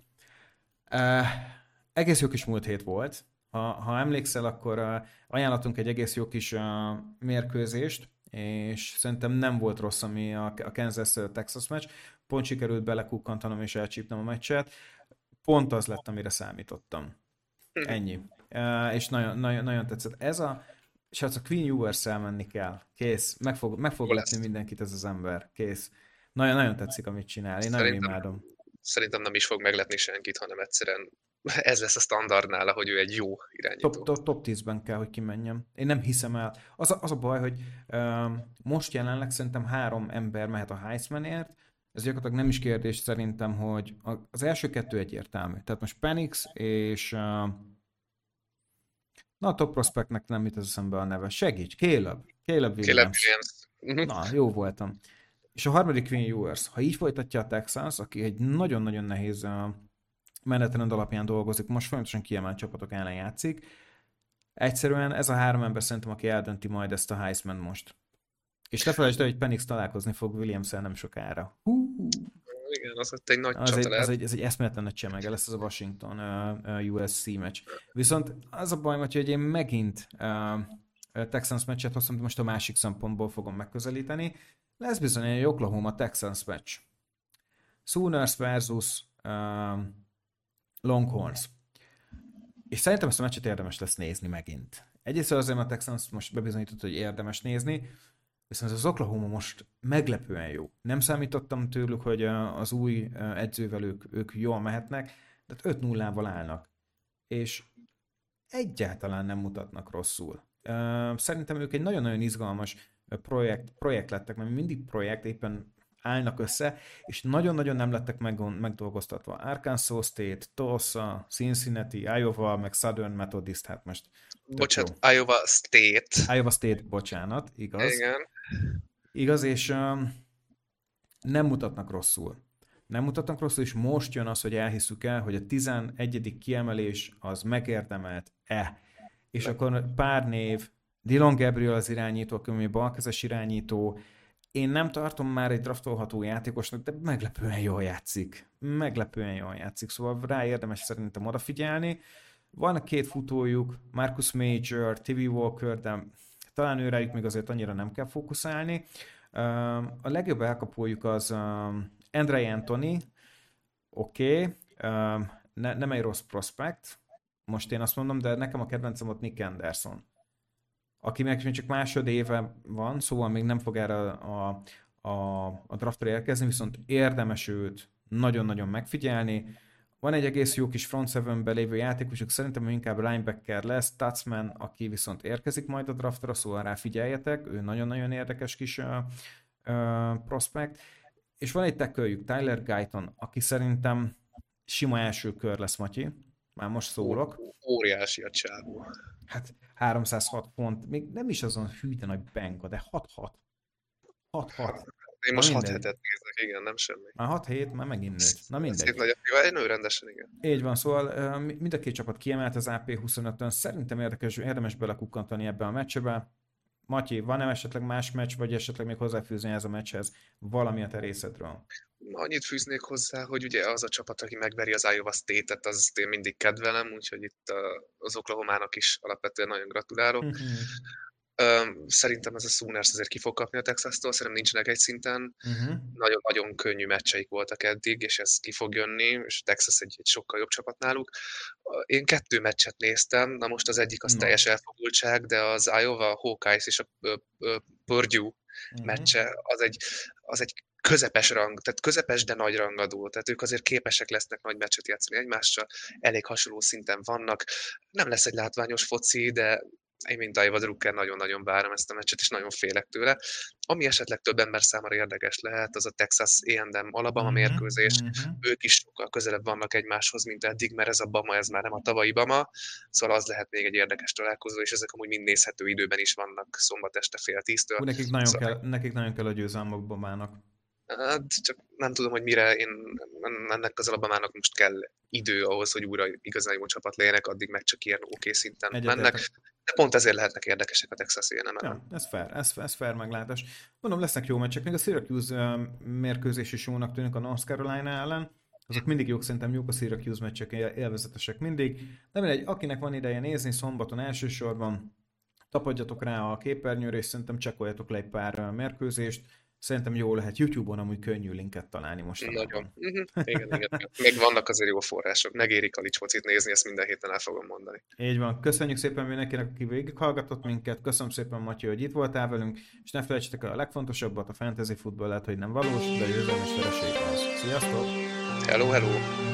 egész jó kis múlt hét volt. Ha emlékszel, akkor ajánlatunk egy egész jó kis mérkőzést, és szerintem nem volt rossz, ami a Kansas-Texas meccs. Pont sikerült belekukkantanom és elcsípnem a meccset. Pont az lett, amire számítottam. Ennyi. És nagyon tetszett. És a Queen Ewers-szel menni kell. Kész. Meg fog lepni mindenkit ez az ember. Kész. Nagyon tetszik, amit csinál. Én nagyon imádom. Szerintem nem is fog meglepni senkit, hanem egyszerűen ez lesz a standard nála, hogy ő egy jó irányító. Top 10-ben kell, hogy kimenjem. Én nem hiszem el. Az a baj, hogy most jelenleg szerintem 3 ember mehet a Heismanért. Ez gyakorlatilag nem is kérdés szerintem, hogy az első 2 egyértelmű. Tehát most Penix és a top prospectnek nem jut az eszembe a neve. Segíts, Caleb Williams. Na, jó voltam. És a harmadik Quinn Ewers. Ha így folytatja a Texans, aki egy nagyon-nagyon nehéz menetrend alapján dolgozik, most folyamatosan kiemelt csapatok ellen játszik, egyszerűen ez a 3 ember szerintem, aki eldönti majd ezt a Heisman most. És ne felejtsd el, hogy Penix találkozni fog Williams-el nem sokára. Igen, az ott egy nagy csata lehet. Ez egy eszméletlen nagy csemege lesz ez a Washington USC meccs. Viszont az a baj, hogy én megint Texans meccset hoztam, most a másik szempontból fogom megközelíteni. Lesz bizony egy Oklahoma Texans meccs. Sooners versus Longhorns. És szerintem ezt a meccset érdemes lesz nézni megint. Egyrészt azért, mert a Texans most bebizonyított, hogy érdemes nézni, viszont az Oklahoma most meglepően jó. Nem számítottam tőlük, hogy az új edzővel ők jól mehetnek, de 5-0-val állnak. És egyáltalán nem mutatnak rosszul. Szerintem ők egy nagyon-nagyon izgalmas projekt lettek, mert mindig projekt, éppen állnak össze, és nagyon-nagyon nem lettek megdolgoztatva. Arkansas State, Tulsa, Cincinnati, Iowa, meg Southern Methodist, hát most... Bocsánat, Iowa State, bocsánat, igaz. Igen. Igaz, és nem mutatnak rosszul. És most jön az, hogy elhiszük el, hogy a 11. kiemelés az megérdemelt-e. És akkor pár név, Dylan Gabriel az irányító, aki balkezes irányító. Én nem tartom már egy draftolható játékosnak, de meglepően jól játszik. Szóval rá érdemes szerintem odafigyelni. Van 2 futójuk, Marcus Major, TV Walker, de talán őrájuk még azért annyira nem kell fókuszálni. A legjobb elkapójuk az Andrei Anthony, oké, nem egy rossz prospekt, most én azt mondom, de nekem a kedvencem ott Nick Anderson, aki meg csak másodéve van, szóval még nem fog erre a draftra érkezni, viszont érdemes őt nagyon-nagyon megfigyelni. Van egy egész jó kis front seven-be lévő játékosuk, szerintem ő inkább linebacker lesz, Tatsman, aki viszont érkezik majd a draftra, szóval rá figyeljetek, ő nagyon-nagyon érdekes kis prospekt. És van egy tackle-jük, Tyler Guyton, aki szerintem sima első kör lesz, Matyi. Már most szólok. Óriási a csávó. Hát 306 font, még nem is azon hű de nagy benga, de 6-6. 6-6. Én most 6 hetet nézek, igen, nem semmi. Már 6 hét, már megint nőtt. Na mindegy. Szép nagy a egy nő rendesen, igen. Így van, szóval mind a két csapat kiemelt az AP25-ön. Szerintem érdemes belekukkantani ebbe a meccsebe. Matyi, van-e esetleg más meccs, vagy esetleg még hozzáfűzni ez a meccshez valami a te részedről? Annyit fűznék hozzá, hogy ugye az a csapat, aki megveri az Iowa State-et, az én mindig kedvelem, úgyhogy itt az Oklahomának is alapvetően nagyon gratulálok. Szerintem ez a Sooners azért ki fog kapni a Texas-tól, szerintem nincsenek egy szinten. Nagyon-nagyon könnyű meccseik voltak eddig, és ez ki fog jönni, és Texas egy sokkal jobb csapat náluk. Én 2 meccset néztem, na most az egyik az teljes elfogultság, de az Iowa Hawkeyes és a Purdue meccse az egy közepes rang, tehát közepes, de nagy rangadó. Tehát ők azért képesek lesznek nagy meccset játszani egymással, elég hasonló szinten vannak. Nem lesz egy látványos foci, de én, mint Iowa Drucker, nagyon-nagyon várom ezt a meccset, és nagyon félek tőle. Ami esetleg több ember számára érdekes lehet, az a Texas A&M Alabama mérkőzés. Ők is sokkal közelebb vannak egymáshoz, mint eddig, mert ez a Bama, ez már nem a tavalyi Bama, szóval az lehet még egy érdekes találkozó, és ezek amúgy mind nézhető időben is vannak, szombat este 9:30. Nekik nagyon kell a győzelmük Bamának. Hát csak nem tudom, hogy mire ennek az Alabamának most kell idő ahhoz, hogy újra igazán jó csapat legyenek, addig meg csak ilyen oké szinten mennek. De pont ezért lehetnek érdekesek a Texas A&M ellen. Ja, ez fair meglátás. Mondom, lesznek jó meccsek, még a Syracuse mérkőzés is jónak tűnik a North Carolina ellen. Azok mindig jók, szerintem jók a Syracuse meccsek, élvezetesek mindig. De mindegy, akinek van ideje nézni, szombaton elsősorban tapadjatok rá a képernyőre, és szerintem csekkoljatok le egy pár mérkőzést. Szerintem jó lehet YouTube-on amúgy könnyű linket találni most. Nagyon. Igen. Még vannak azért jó források. Megéri college focit nézni, ezt minden héten el fogom mondani. Így van. Köszönjük szépen mindenkinek, aki végighallgatott minket. Köszönöm szépen, Matyi, hogy itt voltál velünk, és ne felejtsetek el a legfontosabbat, a fantasy futball lehet, hogy nem valós, de győzelem és vereség az. Sziasztok! Hello!